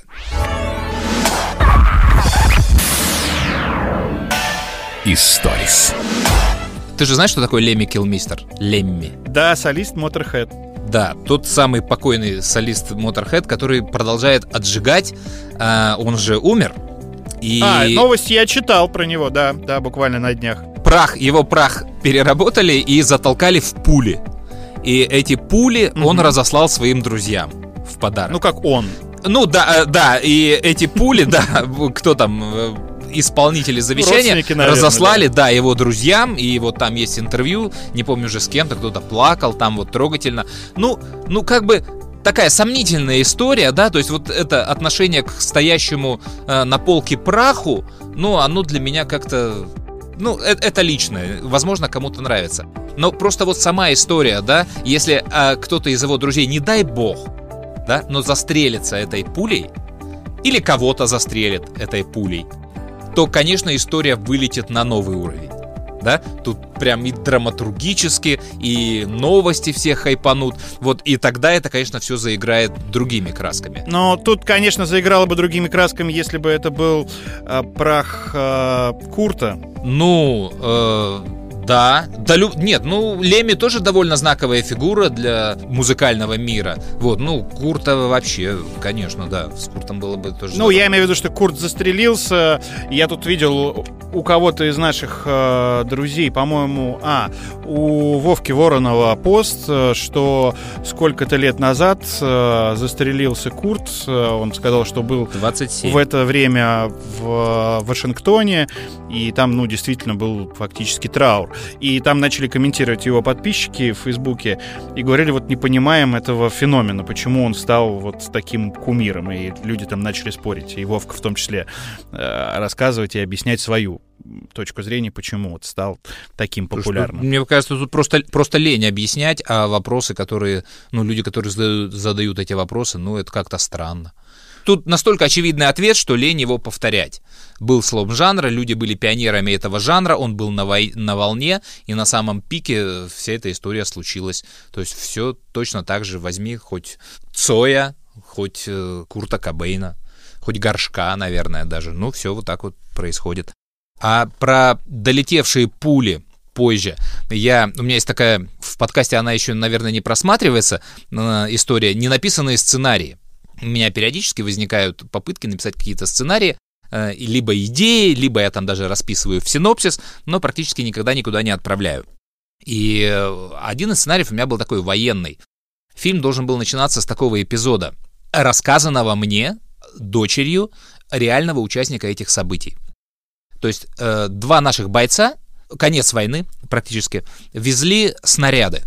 Speaker 3: Историс.
Speaker 2: Ты же знаешь, что такое Лемми Килмистер? Лемми.
Speaker 1: Да, солист Motorhead.
Speaker 2: Да, тот самый покойный солист Motorhead, который продолжает отжигать. А, он же умер. И...
Speaker 1: А, новости я читал про него, да, да, буквально на днях.
Speaker 2: Прах, его прах переработали и затолкали в пули. И эти пули mm-hmm. он разослал своим друзьям в подарок.
Speaker 1: Ну, как он.
Speaker 2: Ну, да, да, и эти пули, да, кто там, исполнители завещания, наверное, разослали, да. да, его друзьям, и вот там есть интервью, не помню уже с кем-то, кто-то плакал, там вот трогательно. Ну, ну, как бы такая сомнительная история, да, то есть вот это отношение к стоящему э, на полке праху, ну, оно для меня как-то... Ну, это, это личное, возможно, кому-то нравится. Но просто вот сама история, да, если а, кто-то из его друзей, не дай бог, да, но застрелится этой пулей, или кого-то застрелит этой пулей, то, конечно, история вылетит на новый уровень. Да? Тут прям и драматургически, и новости все хайпанут. Вот, и тогда это, конечно, все заиграет другими красками.
Speaker 1: Но тут, конечно, заиграло бы другими красками, если бы это был э, прах э, Курта.
Speaker 2: Ну, э, да. да лю... Нет, ну, Лемми тоже довольно знаковая фигура для музыкального мира. Вот, ну, Курта вообще, конечно, да. С Куртом было бы тоже...
Speaker 1: Ну, я имею в виду, что Курт застрелился. Я тут видел у кого-то из наших э, друзей, по-моему, а, у Вовки Воронова пост, что сколько-то лет назад э, застрелился Курт. Он сказал, что был
Speaker 2: двадцать семь
Speaker 1: в это время в Вашингтоне, и там, ну, действительно был фактически траур. И там начали комментировать его подписчики в Фейсбуке и говорили, вот не понимаем этого феномена, почему он стал вот таким кумиром. И люди там начали спорить, и Вовка в том числе, э, рассказывать и объяснять свою точку зрения, почему вот стал таким популярным.
Speaker 2: Мне кажется, тут просто, просто лень объяснять, а вопросы, которые, ну, люди, которые задают, задают эти вопросы, ну, это как-то странно. Тут настолько очевидный ответ, что лень его повторять. Был слом жанра, люди были пионерами этого жанра, он был на, вой... на волне, и на самом пике вся эта история случилась. То есть все точно так же возьми хоть Цоя, хоть э, Курта Кобейна, хоть Горшка, наверное, даже. Ну, все вот так вот происходит. А про долетевшие пули позже. Я, у меня есть такая, в подкасте она еще, наверное, не просматривается, э, история, ненаписанные сценарии. У меня периодически возникают попытки написать какие-то сценарии, э, либо идеи, либо я там даже расписываю в синопсис, но практически никогда никуда не отправляю. И один из сценариев у меня был такой военный. Фильм должен был начинаться с такого эпизода, рассказанного мне дочерью реального участника этих событий. То есть э, два наших бойца, конец войны практически, везли снаряды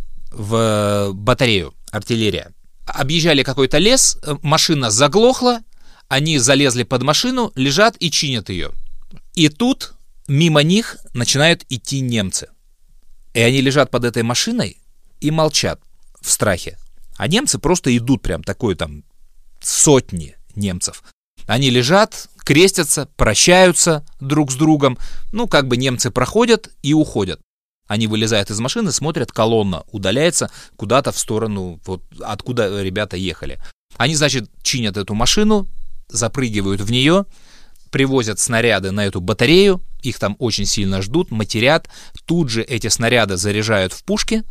Speaker 2: в батарею, артиллерия. Объезжали какой-то лес, машина заглохла, они залезли под машину, лежат и чинят ее. И тут мимо них начинают идти немцы. И они лежат под этой машиной и молчат в страхе. А немцы просто идут, прям такой там сотни немцев. Они лежат, крестятся, прощаются друг с другом. Ну, как бы немцы проходят и уходят. Они вылезают из машины, смотрят, колонна удаляется куда-то в сторону, вот откуда ребята ехали. Они, значит, чинят эту машину, запрыгивают в нее, привозят снаряды на эту батарею, их там очень сильно ждут, матерят. Тут же эти снаряды заряжают в пушки,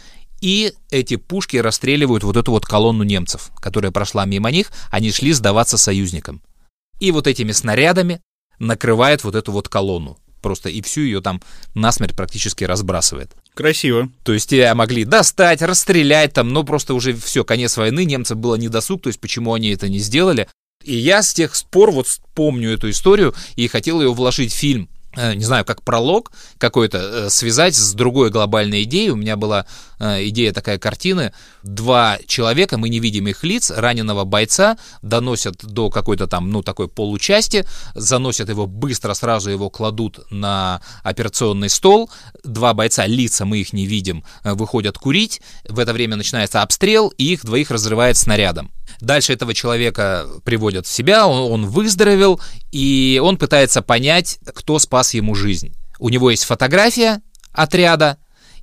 Speaker 2: и эти пушки расстреливают вот эту вот колонну немцев, которая прошла мимо них. Они шли сдаваться союзникам. И вот этими снарядами накрывает вот эту вот колонну. Просто и всю ее там насмерть практически разбрасывает.
Speaker 1: Красиво.
Speaker 2: То есть тебя могли достать, расстрелять там, но просто уже все, конец войны, немцам было недосуг, то есть почему они это не сделали. И я с тех пор вот помню эту историю и хотел ее вложить в фильм. Не знаю, как пролог какой-то, связать с другой глобальной идеей. У меня была идея такая картины. Два человека, мы не видим их лиц, раненого бойца доносят до какой-то там, ну, такой получасти, заносят его быстро, сразу его кладут на операционный стол. Два бойца, лица мы их не видим, выходят курить. В это время начинается обстрел, и их двоих разрывает снарядом. Дальше этого человека приводят в себя, он, он выздоровел, и он пытается понять, кто спас ему жизнь. У него есть фотография отряда,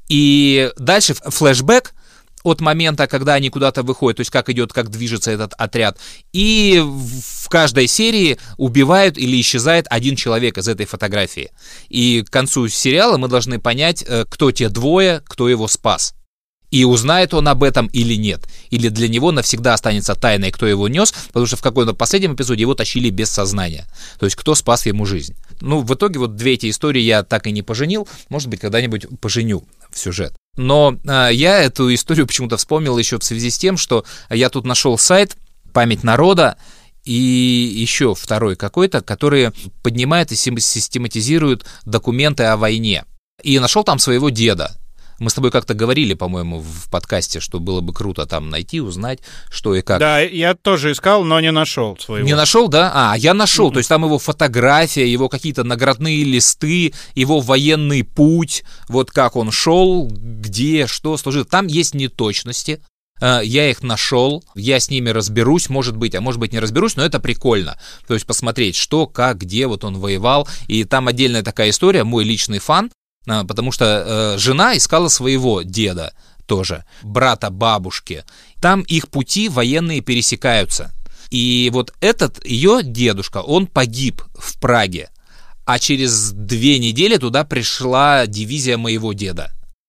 Speaker 2: и дальше флешбэк от момента, когда они куда-то выходят, то есть как идет, как движется этот отряд. И в каждой серии убивают или исчезает один человек из этой фотографии. И к концу сериала мы должны понять, кто те двое, кто его спас. И узнает он об этом или нет. Или для него навсегда останется тайной, кто его нес, потому что в каком-то последнем эпизоде его тащили без сознания. То есть кто спас ему жизнь. Ну, в итоге вот две эти истории я так и не поженил. Может быть, когда-нибудь поженю в сюжет. Но э, я эту историю почему-то вспомнил еще в связи с тем, что я тут нашел сайт «Память народа», и еще второй какой-то, который поднимает и систематизирует документы о войне. И нашел там своего деда. Мы с тобой как-то говорили, по-моему, в подкасте, что было бы круто там найти, узнать, что и как.
Speaker 1: Да, я тоже искал, но не нашел своего.
Speaker 2: Не нашел, да? А, я нашел. Mm-hmm. То есть там его фотография, его какие-то наградные листы, его военный путь, вот как он шел, где, что служил. Там есть неточности. я их нашел, я с ними разберусь, может быть, а может быть не разберусь, но это прикольно. То есть посмотреть, что, как, где вот он воевал. И там отдельная такая история, мой личный фан, потому что жена искала своего деда тоже, брата бабушки. Там их пути военные пересекаются. И вот этот ее дедушка, он погиб в Праге, а через две недели туда пришла дивизия моего деда.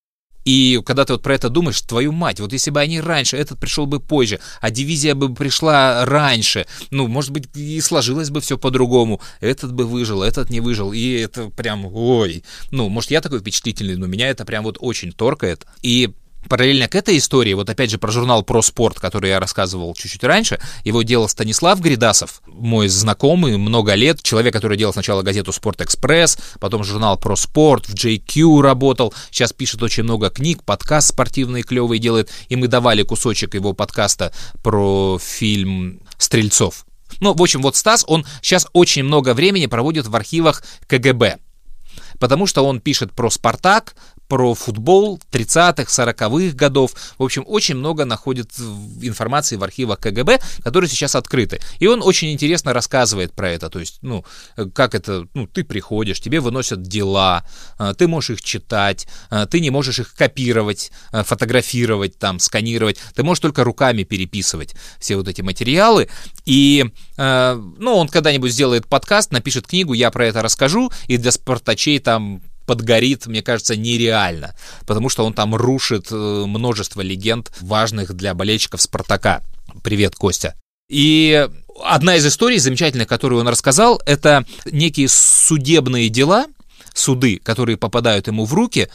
Speaker 2: И когда ты вот про это думаешь, твою мать, вот если бы они раньше, этот пришел бы позже, а дивизия бы пришла раньше, ну, может быть, и сложилось бы все по-другому, этот бы выжил, этот не выжил, и это прям, ой, ну, может, я такой впечатлительный, но меня это прям вот очень торкает. И параллельно к этой истории, вот опять же про журнал «Про спорт», который я рассказывал чуть-чуть раньше, его делал Станислав Гридасов, мой знакомый, много лет, человек, который делал сначала газету «Спорт-экспресс», потом журнал «Про спорт», в джей кью работал, сейчас пишет очень много книг, подкаст спортивный клевый делает, и мы давали кусочек его подкаста про фильм «Стрельцов». Ну, в общем, вот Стас, он сейчас очень много времени проводит в архивах ка гэ бэ, потому что он пишет про «Спартак», про футбол тридцатых, сороковых годов. В общем, очень много находит информации в архивах ка гэ бэ, которые сейчас открыты. И он очень интересно рассказывает про это. То есть, ну, как это, ну, ты приходишь, тебе выносят дела, ты можешь их читать, ты не можешь их копировать, фотографировать, там, сканировать. Ты можешь только руками переписывать все вот эти материалы. И, ну, он когда-нибудь сделает подкаст, напишет книгу, я про это расскажу, и для спартачей там подгорит, мне кажется, нереально, потому что он там рушит множество легенд, важных для болельщиков «Спартака». Привет, Костя. И одна из историй замечательных, которую он рассказал, это некие судебные дела, суды, которые попадают ему в руки,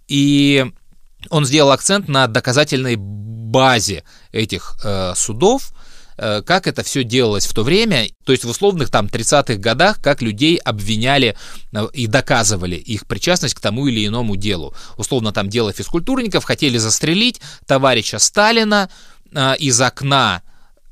Speaker 2: и он сделал акцент на доказательной базе этих э, судов, как это все делалось в то время, то есть в условных там тридцатых годах, как людей обвиняли и доказывали их причастность к тому или иному делу. Условно там дело физкультурников, хотели застрелить товарища Сталина э, из окна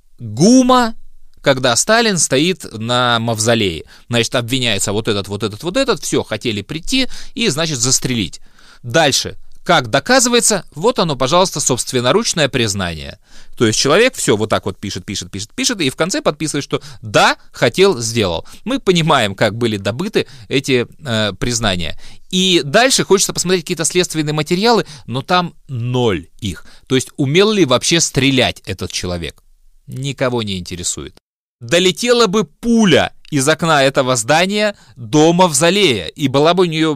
Speaker 2: ГУМа, когда Сталин стоит на мавзолее. Значит, обвиняется вот этот, вот этот, вот этот, все, хотели прийти и, значит, застрелить. Дальше. Как доказывается, вот оно, пожалуйста, собственноручное признание. То есть человек все вот так вот пишет, пишет, пишет, пишет, и в конце подписывает, что да, хотел, сделал. Мы понимаем, как были добыты эти э, признания. И дальше хочется посмотреть какие-то следственные материалы, но там ноль их. То есть умел ли вообще стрелять этот человек? Никого не интересует. Долетела бы пуля из окна этого здания до мавзолея, и была бы у нее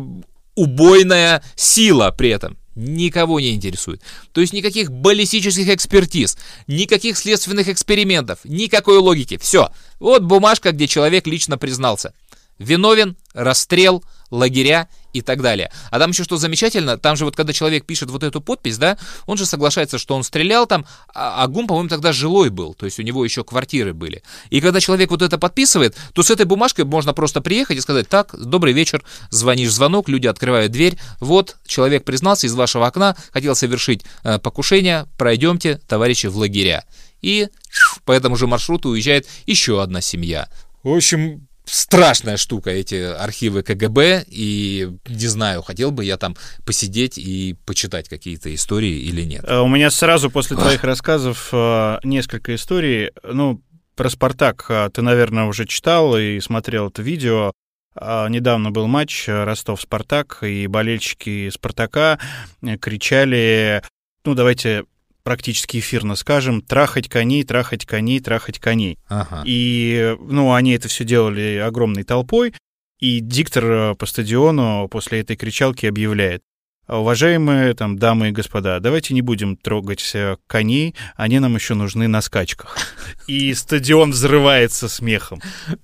Speaker 2: убойная сила при этом. Никого не интересует. То есть никаких баллистических экспертиз, никаких следственных экспериментов, никакой логики. Все. Вот бумажка, где человек лично признался. Виновен, расстрел, лагеря и так далее. А там еще что замечательно, там же вот когда человек пишет вот эту подпись, да, он же соглашается, что он стрелял там, а, а ГУМ, по-моему, тогда жилой был, то есть у него еще квартиры были. И когда человек вот это подписывает, то с этой бумажкой можно просто приехать и сказать: так, добрый вечер, звонишь в звонок, люди открывают дверь, вот, человек признался, из вашего окна хотел совершить э, покушение, пройдемте, товарищи, в лагеря. И по этому же маршруту уезжает еще одна семья. В общем, страшная штука эти архивы ка гэ бэ, и не знаю, хотел бы я там посидеть и почитать какие-то истории или нет.
Speaker 1: У меня сразу после твоих рассказов несколько историй. Ну, про «Спартак» ты, наверное, уже читал и смотрел это видео. Недавно был матч Ростов-Спартак, и болельщики «Спартака» кричали, ну, давайте практически эфирно скажем, трахать коней, трахать коней, трахать коней. Ага. И, ну, они это все делали огромной толпой, и диктор по стадиону после этой кричалки объявляет: уважаемые там дамы и господа, давайте не будем трогать коней, они нам еще нужны на скачках. И стадион взрывается смехом.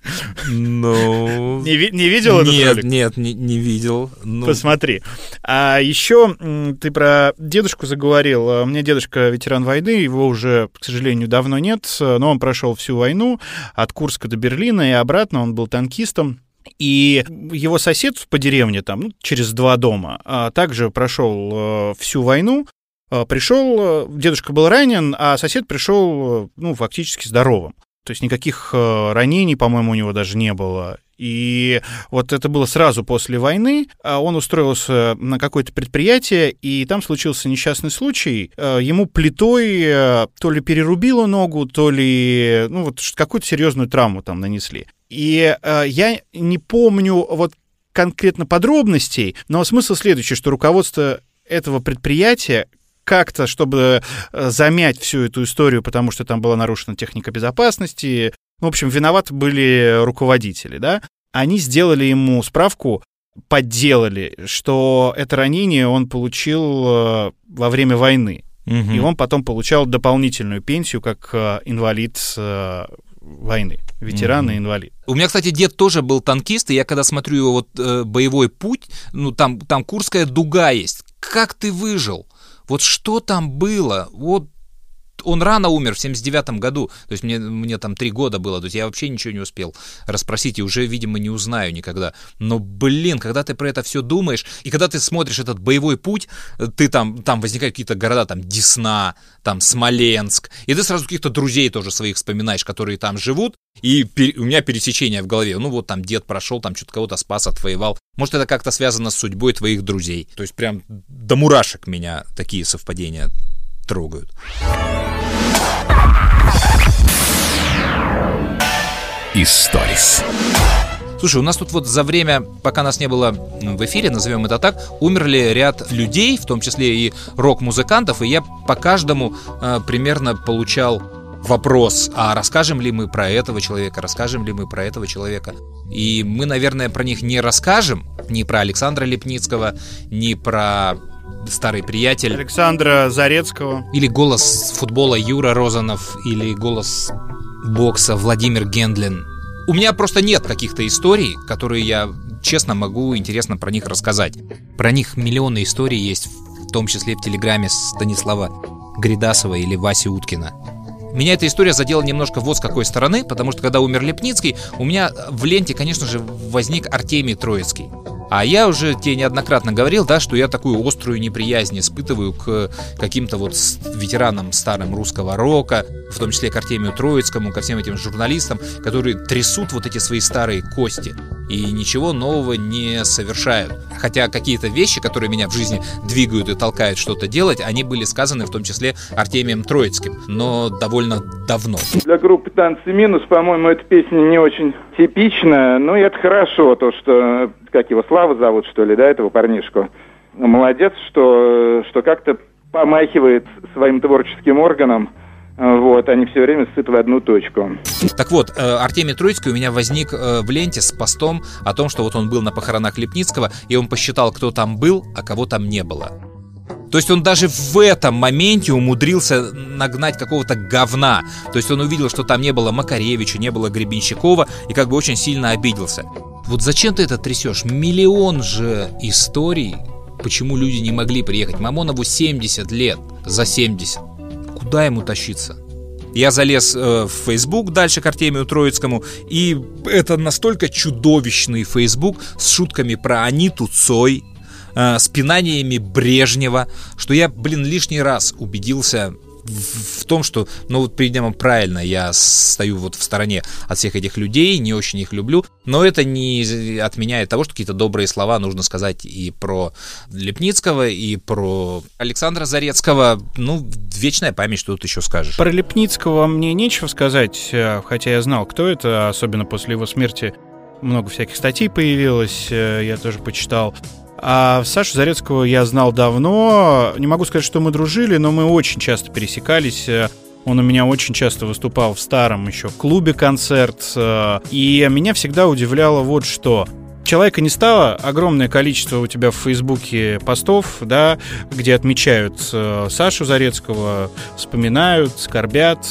Speaker 2: Ну...
Speaker 1: Не, ви- не видел этот
Speaker 2: нет,
Speaker 1: ролик?
Speaker 2: Нет, не, не видел.
Speaker 1: Ну... Посмотри. А еще ты про дедушку заговорил. У меня дедушка ветеран войны, его уже, к сожалению, давно нет, но он прошел всю войну от Курска до Берлина и обратно, он был танкистом. И его сосед по деревне, там, ну, через два дома, также прошел всю войну. Пришел, дедушка был ранен, а сосед пришел, ну, фактически здоровым. То есть никаких ранений, по-моему, у него даже не было. И вот это было сразу после войны. Он устроился на какое-то предприятие, и там случился несчастный случай. Ему плитой то ли перерубило ногу, то ли ну, вот какую-то серьезную травму там нанесли. И я не помню вот конкретно подробностей, но смысл следующий, что руководство этого предприятия как-то, чтобы замять всю эту историю, потому что там была нарушена техника безопасности, в общем, виноваты были руководители, да, они сделали ему справку, подделали, что это ранение он получил во время войны, угу. И он потом получал дополнительную пенсию как инвалид войны, ветеран и инвалид.
Speaker 2: У меня, кстати, дед тоже был танкист, и я когда смотрю его вот, э, боевой путь, ну там, там Курская дуга есть. Как ты выжил? Вот что там было? Вот он рано умер в семьдесят девятом году, то есть мне, мне там три года было, то есть я вообще ничего не успел расспросить и уже, видимо, не узнаю никогда. Но, блин, когда ты про это все думаешь, и когда ты смотришь этот боевой путь, ты там, там возникают какие-то города, там Десна, там Смоленск, и ты сразу каких-то друзей тоже своих вспоминаешь, которые там живут, и пер... у меня пересечение в голове, ну вот там дед прошел, там что-то кого-то спас, отвоевал. Может, это как-то связано с судьбой твоих друзей. То есть прям до мурашек меня такие совпадения трогают.
Speaker 3: Историс.
Speaker 2: Слушай, у нас тут вот за время, пока нас не было в эфире, назовем это так, умерли ряд людей, в том числе и рок-музыкантов, и я по каждому э, примерно получал вопрос, а расскажем ли мы про этого человека, расскажем ли мы про этого человека. И мы, наверное, про них не расскажем, ни про Александра Лепницкого, ни про старый приятель
Speaker 1: Александра Зарецкого,
Speaker 2: или голос футбола Юра Розанов, или голос бокса Владимир Гендлин. У меня просто нет каких-то историй, которые я честно могу интересно про них рассказать. Про них миллионы историй есть, в том числе в Телеграме Станислава Гридасова или Васи Уткина. Меня эта история задела немножко вот с какой стороны, потому что когда умер Лепницкий, у меня в ленте, конечно же, возник Артемий Троицкий. А я уже тебе неоднократно говорил, да, что я такую острую неприязнь испытываю к каким-то вот ветеранам старым русского рока, в том числе к Артемию Троицкому, ко всем этим журналистам, которые трясут вот эти свои старые кости и ничего нового не совершают. Хотя какие-то вещи, которые меня в жизни двигают и толкают что-то делать, они были сказаны в том числе Артемием Троицким, но довольно давно.
Speaker 10: Для группы «Танцы минус», по-моему, эта песня не очень типичная, но это хорошо, то, что, как его, Слава зовут, что ли, да, этого парнишку. Молодец, что, что как-то помахивает своим творческим органом. Вот, они все время ссыт в одну точку.
Speaker 2: Так вот, Артемий Троицкий у меня возник в ленте с постом о том, что вот он был на похоронах Лепницкого, и он посчитал, кто там был, а кого там не было. То есть он даже в этом моменте умудрился нагнать какого-то говна. То есть он увидел, что там не было Макаревича, не было Гребенщикова, и как бы очень сильно обиделся. Вот зачем ты это трясешь? Миллион же историй, почему люди не могли приехать. Мамонову семьдесят лет, за семьдесят. Куда ему тащиться? Я залез э, в Facebook дальше к Артемию Троицкому, и это настолько чудовищный Facebook с шутками про Аниту Цой, э, с пинаниями Брежнева, что я, блин, лишний раз убедился в, в том, что, ну вот, видимо, правильно я стою вот в стороне от всех этих людей, не очень их люблю, но это не отменяет того, что какие-то добрые слова нужно сказать и про Лепницкого, и про Александра Зарецкого. Ну, вечная память, что тут еще скажешь.
Speaker 1: Про Лепницкого мне нечего сказать, хотя я знал, кто это, особенно после его смерти много всяких статей появилось, я тоже почитал. А Сашу Зарецкого я знал давно. Не могу сказать, что мы дружили, но мы очень часто пересекались. Он у меня очень часто выступал в старом еще клубе «Концерт». И меня всегда удивляло вот что. Человека не стало, огромное количество у тебя в Фейсбуке постов, да, где отмечают Сашу Зарецкого, вспоминают, скорбят.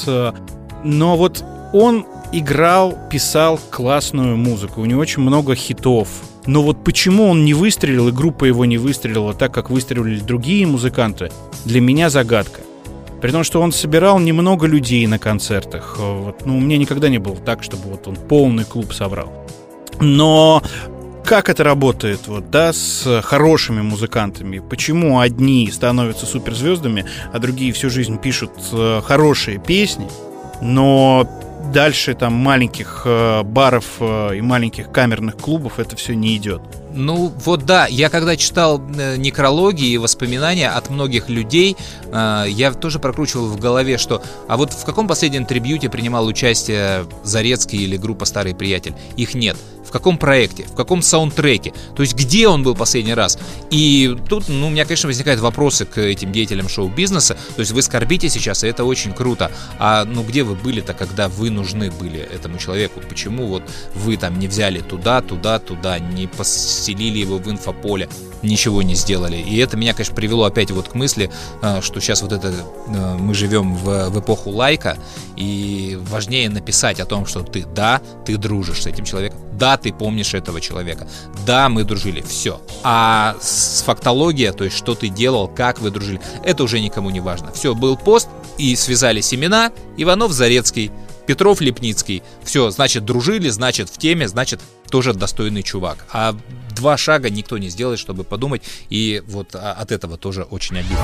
Speaker 1: Но вот он играл, писал классную музыку. У него очень много хитов. Но вот почему он не выстрелил, и группа его не выстрелила так, как выстрелили другие музыканты, для меня загадка. При том, что он собирал немного людей на концертах. Вот, ну, у меня никогда не было так, чтобы вот он полный клуб собрал. Но как это работает вот, да, с хорошими музыкантами? Почему одни становятся суперзвездами, а другие всю жизнь пишут хорошие песни, но дальше там маленьких э, баров э, и маленьких камерных клубов это все не идет.
Speaker 2: Ну вот да, я когда читал э, некрологи и воспоминания от многих людей, э, я тоже прокручивал в голове, что а вот в каком последнем трибьюте принимал участие Зарецкий или группа «Старый приятель»? Их нет. В каком проекте, в каком саундтреке, то есть где он был последний раз. И тут, ну, у меня, конечно, возникают вопросы к этим деятелям шоу-бизнеса. То есть вы скорбите сейчас, и это очень круто. А ну где вы были-то, когда вы нужны были этому человеку? Почему вот вы там не взяли туда, туда, туда, не поселили его в инфополе, ничего не сделали? И это меня, конечно, привело опять вот к мысли, что сейчас вот это мы живем в, в эпоху лайка, и важнее написать о том, что ты, да, ты дружишь с этим человеком, да, ты помнишь этого человека, да, мы дружили, все. А с фактология, то есть что ты делал, как вы дружили, это уже никому не важно. Все, был пост, и связали семена, Иванов, Зарецкий, Петров, Лепницкий. Все, значит, дружили, значит, в теме, значит, тоже достойный чувак. А два шага никто не сделает, чтобы подумать, и вот от этого тоже очень обидно.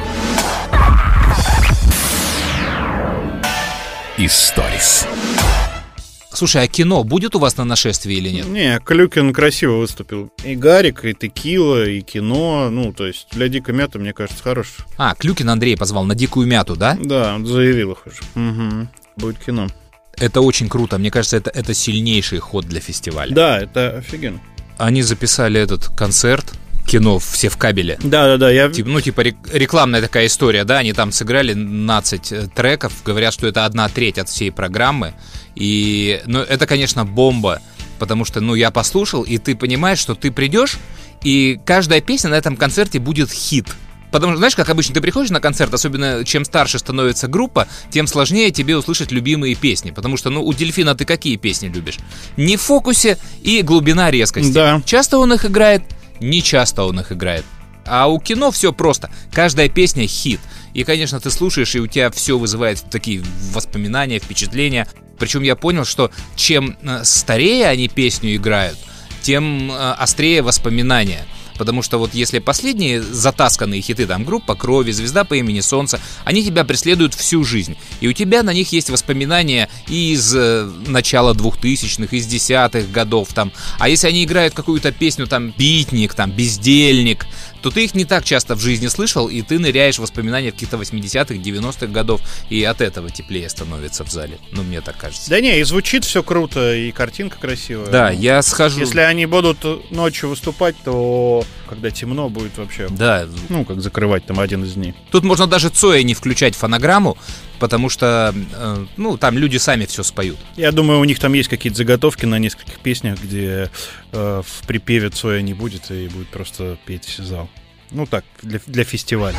Speaker 3: Историс.
Speaker 2: Слушай, а кино будет у вас на нашествии или нет?
Speaker 1: Не, Клюкин красиво выступил. И Гарик, и Текила, и кино. Ну, то есть для Дикой Мяты, мне кажется, хорош.
Speaker 2: А, Клюкин Андрей позвал на Дикую Мяту, да?
Speaker 1: Да, он заявил их уже. Угу. Будет кино.
Speaker 2: Это очень круто. Мне кажется, это, это сильнейший ход для фестиваля.
Speaker 1: Да, это офигенно.
Speaker 2: Они записали этот концерт. Кино все в кабеле.
Speaker 1: Да-да-да, я...
Speaker 2: Тип, ну, типа рекламная такая история, да, они там сыграли двенадцать треков, говорят, что это одна треть от всей программы, и, ну, это, конечно, бомба, потому что, ну, я послушал, и ты понимаешь, что ты придешь, и каждая песня на этом концерте будет хит. Потому что, знаешь, как обычно, ты приходишь на концерт, особенно чем старше становится группа, тем сложнее тебе услышать любимые песни. Потому что, ну, у Дельфина ты какие песни любишь? «Не в фокусе» и «Глубина резкости».
Speaker 1: Да.
Speaker 2: Часто он их играет? Не часто он их играет. А у кино все просто. Каждая песня хит. И, конечно, ты слушаешь, и у тебя все вызывает такие воспоминания, впечатления. Причем я понял, что чем старее они песню играют, тем острее воспоминания. Потому что вот если последние затасканные хиты, там, группа «Крови», «Звезда по имени Солнце», они тебя преследуют всю жизнь. И у тебя на них есть воспоминания из э, начала двухтысячных, из десятых годов, там. А если они играют какую-то песню, там, «Битник», там, «Бездельник», то ты их не так часто в жизни слышал, и ты ныряешь в воспоминания каких-то восьмидесятых, девяностых годов, и от этого теплее становится в зале. Ну, мне так кажется.
Speaker 1: Да не, и звучит все круто, и картинка красивая.
Speaker 2: Да, я схожу...
Speaker 1: Если они будут ночью выступать, то когда темно будет вообще...
Speaker 2: Да.
Speaker 1: Ну, как закрывать там один из дней.
Speaker 2: Тут можно даже Цоя не включать фонограмму, потому что, э, ну, там люди сами все споют.
Speaker 1: Я думаю, у них там есть какие-то заготовки на нескольких песнях, где э, в припеве Цоя не будет, и будет просто петь зал. Ну так, для, для фестиваля.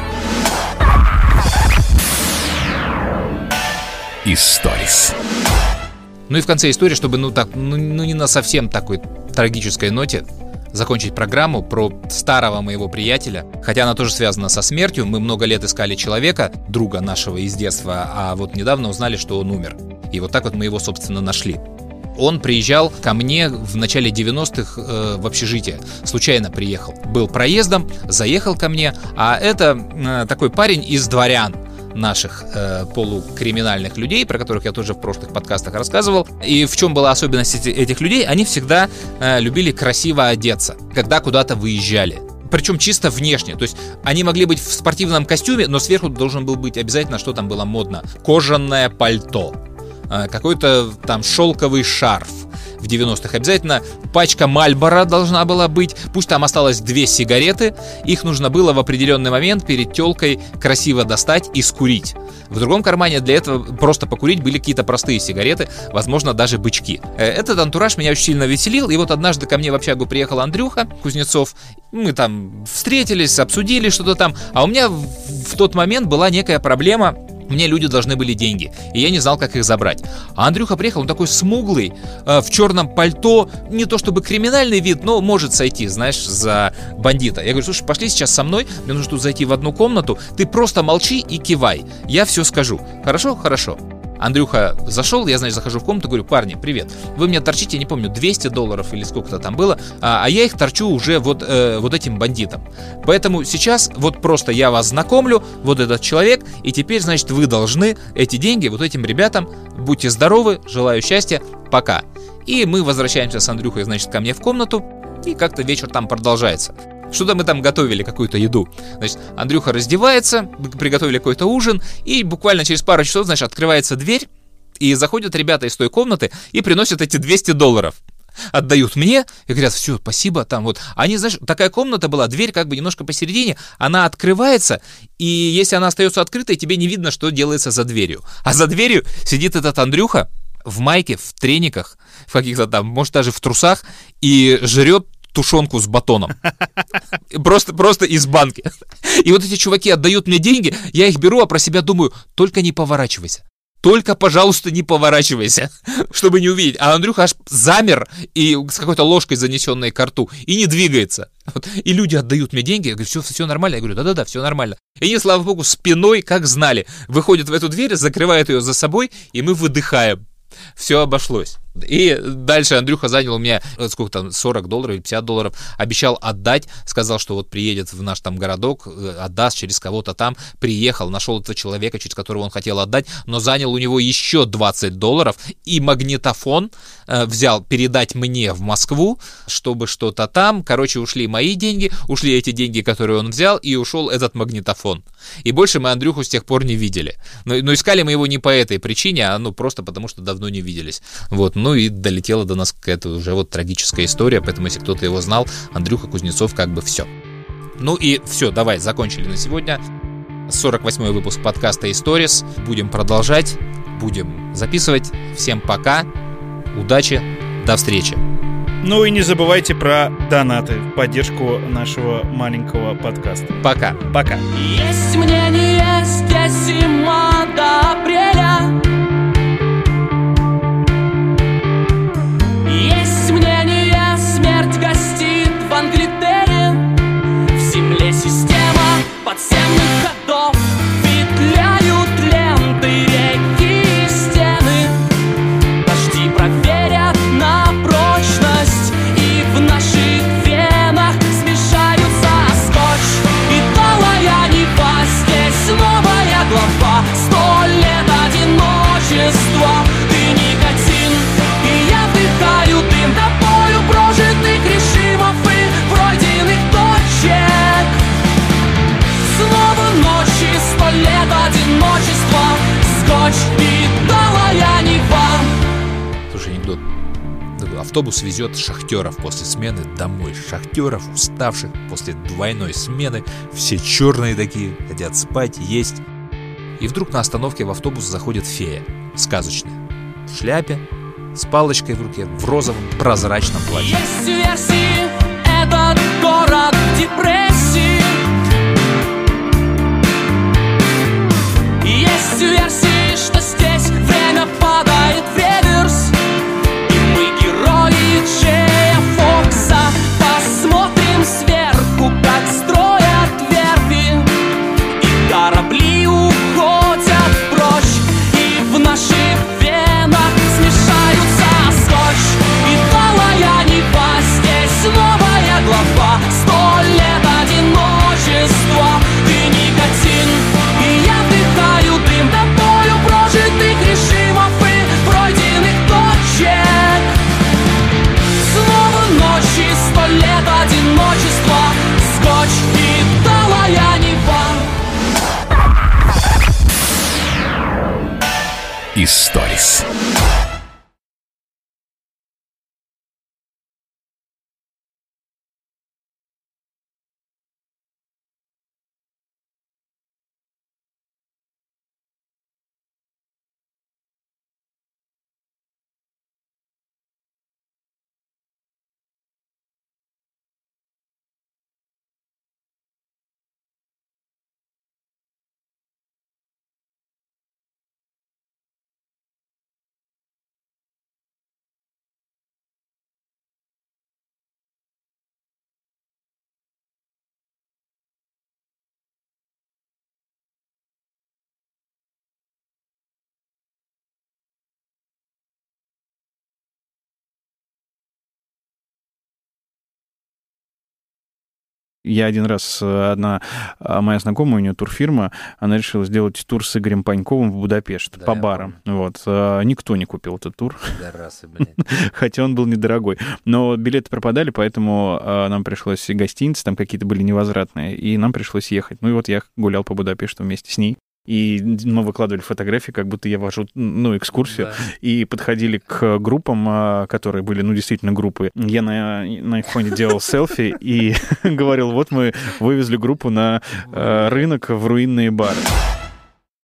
Speaker 3: Историс.
Speaker 2: Ну и в конце истории, чтобы, ну так, ну, ну не на совсем такой трагической ноте закончить программу про старого моего приятеля. Хотя она тоже связана со смертью. Мы много лет искали человека, друга нашего из детства, а вот недавно узнали, что он умер. И вот так вот мы его, собственно, нашли. Он приезжал ко мне в начале девяностых э, в общежитие. Случайно приехал. Был проездом, заехал ко мне. А это э, такой парень из дворян наших э, полукриминальных людей, про которых я тоже в прошлых подкастах рассказывал. И в чем была особенность этих людей? Они всегда э, любили красиво одеться, когда куда-то выезжали. Причем чисто внешне. То есть они могли быть в спортивном костюме, но сверху должен был быть обязательно, что там было модно, кожаное пальто, э, какой-то там шелковый шарф. В девяностых обязательно пачка Мальборо должна была быть. Пусть там осталось две сигареты. Их нужно было в определенный момент перед телкой красиво достать и скурить. В другом кармане для этого просто покурить были какие-то простые сигареты, возможно, даже бычки. Этот антураж меня очень сильно веселил. И вот однажды ко мне в общагу приехал Андрюха Кузнецов. Мы там встретились, обсудили что-то там. А у меня в тот момент была некая проблема. Мне люди должны были деньги, и я не знал, как их забрать. А Андрюха приехал, он такой смуглый, э, в черном пальто, не то чтобы криминальный вид, но может сойти, знаешь, за бандита. Я говорю, слушай, пошли сейчас со мной, мне нужно тут зайти в одну комнату, ты просто молчи и кивай, я все скажу. Хорошо? Хорошо. Андрюха зашел, я, значит, захожу в комнату, говорю, парни, привет, вы мне торчите, я не помню, двести долларов или сколько-то там было, а, а я их торчу уже вот, э, вот этим бандитам. Поэтому сейчас вот просто я вас знакомлю, вот этот человек, и теперь, значит, вы должны эти деньги вот этим ребятам будьте здоровы, желаю счастья, пока. И мы возвращаемся с Андрюхой, значит, ко мне в комнату, и как-то вечер там продолжается. Что-то мы там готовили, какую-то еду. Значит, Андрюха раздевается, приготовили какой-то ужин, и буквально через пару часов, значит, открывается дверь, и заходят ребята из той комнаты и приносят эти двести долларов. Отдают мне и говорят: все, спасибо, там вот. Они, знаешь, такая комната была, дверь как бы немножко посередине, она открывается, и если она остается открытой, тебе не видно, что делается за дверью. А за дверью сидит этот Андрюха в майке, в трениках, в каких-то там, может, даже в трусах, и жрет тушенку с батоном. Просто, просто из банки. И вот эти чуваки отдают мне деньги, я их беру, а про себя думаю: только не поворачивайся. Только, пожалуйста, не поворачивайся, чтобы не увидеть. А Андрюха аж замер и с какой-то ложкой, занесенной ко рту, и не двигается. Вот. И люди отдают мне деньги, я говорю: все, все нормально? Я говорю: да-да-да, все нормально. И они, слава богу, спиной, как знали, выходят в эту дверь, закрывают ее за собой, и мы выдыхаем. Все обошлось. И дальше Андрюха занял у меня, сколько там, сорок долларов или пятьдесят долларов, обещал отдать, сказал, что вот приедет в наш там городок, отдаст через кого-то там, приехал, нашел этого человека, через которого он хотел отдать, но занял у него еще двадцать долларов и магнитофон э, взял передать мне в Москву, чтобы что-то там, короче, ушли мои деньги, ушли эти деньги, которые он взял, и ушел этот магнитофон. И больше мы Андрюху с тех пор не видели. Но, но искали мы его не по этой причине, а ну просто потому, что давно не виделись. Вот. Ну и долетела до нас какая-то уже вот трагическая история, поэтому если кто-то его знал, Андрюха Кузнецов как бы все. Ну и все, давай, закончили на сегодня. сорок восьмой выпуск подкаста Stories. Будем продолжать, будем записывать. Всем пока, удачи, до встречи.
Speaker 1: Ну и не забывайте про донаты в поддержку нашего маленького подкаста.
Speaker 2: Пока.
Speaker 1: Пока.
Speaker 11: Есть мнение, здесь зима до апреля. Есть мнение, смерть гостит в Англитере. В земле система подземных ходов, петляют ленты, реки и стены. Дожди проверят на прочность, и в наших венах смешаются скотч и талая Нева. Здесь новая глава, сто лет одиночества. Ты никотин, и я вдыхаю дым до полю прожитых режимов и пройденных точек. Снова ночи, сто лет одиночества, скотч и талая Нева.
Speaker 2: Слушай, анекдот. Автобус везет шахтеров после смены домой. Шахтеров, уставших после двойной смены. Все черные такие, хотят спать, есть. И вдруг на остановке в автобус заходит фея. Сказочная. В шляпе, с палочкой в руке, в розовом прозрачном платье.
Speaker 11: Есть версии, этот город в депрессии. Есть версии, что здесь время падает в реверс. И мы герои Джея Фокса. Посмотрим сверху, как строят верфи, и корабли уходят прочь, и в наших венах смешаются скотч и талая Нева. Здесь новая глава, сто лет одиночества. Ты никотин, и я вдыхаю дым до полю прожитых режимов и пройденных точек. Снова ночи, сто лет одиночества, скотч и талая Нева.
Speaker 3: Stories.
Speaker 1: Я один раз, одна моя знакомая, у нее турфирма, она решила сделать тур с Игорем Паньковым в Будапешт, да, по барам. Вот. Никто не купил этот тур. Пидорасы, блин. Хотя он был недорогой. Но билеты пропадали, поэтому нам пришлось и гостиницы, там какие-то были невозвратные, и нам пришлось ехать. Ну и вот я гулял по Будапешту вместе с ней. И мы выкладывали фотографии, как будто я вожу, ну, экскурсию, да. И подходили к группам, которые были, ну, действительно, группы. Я на, на их фоне делал селфи и говорил, вот мы вывезли группу на рынок в руинные бары.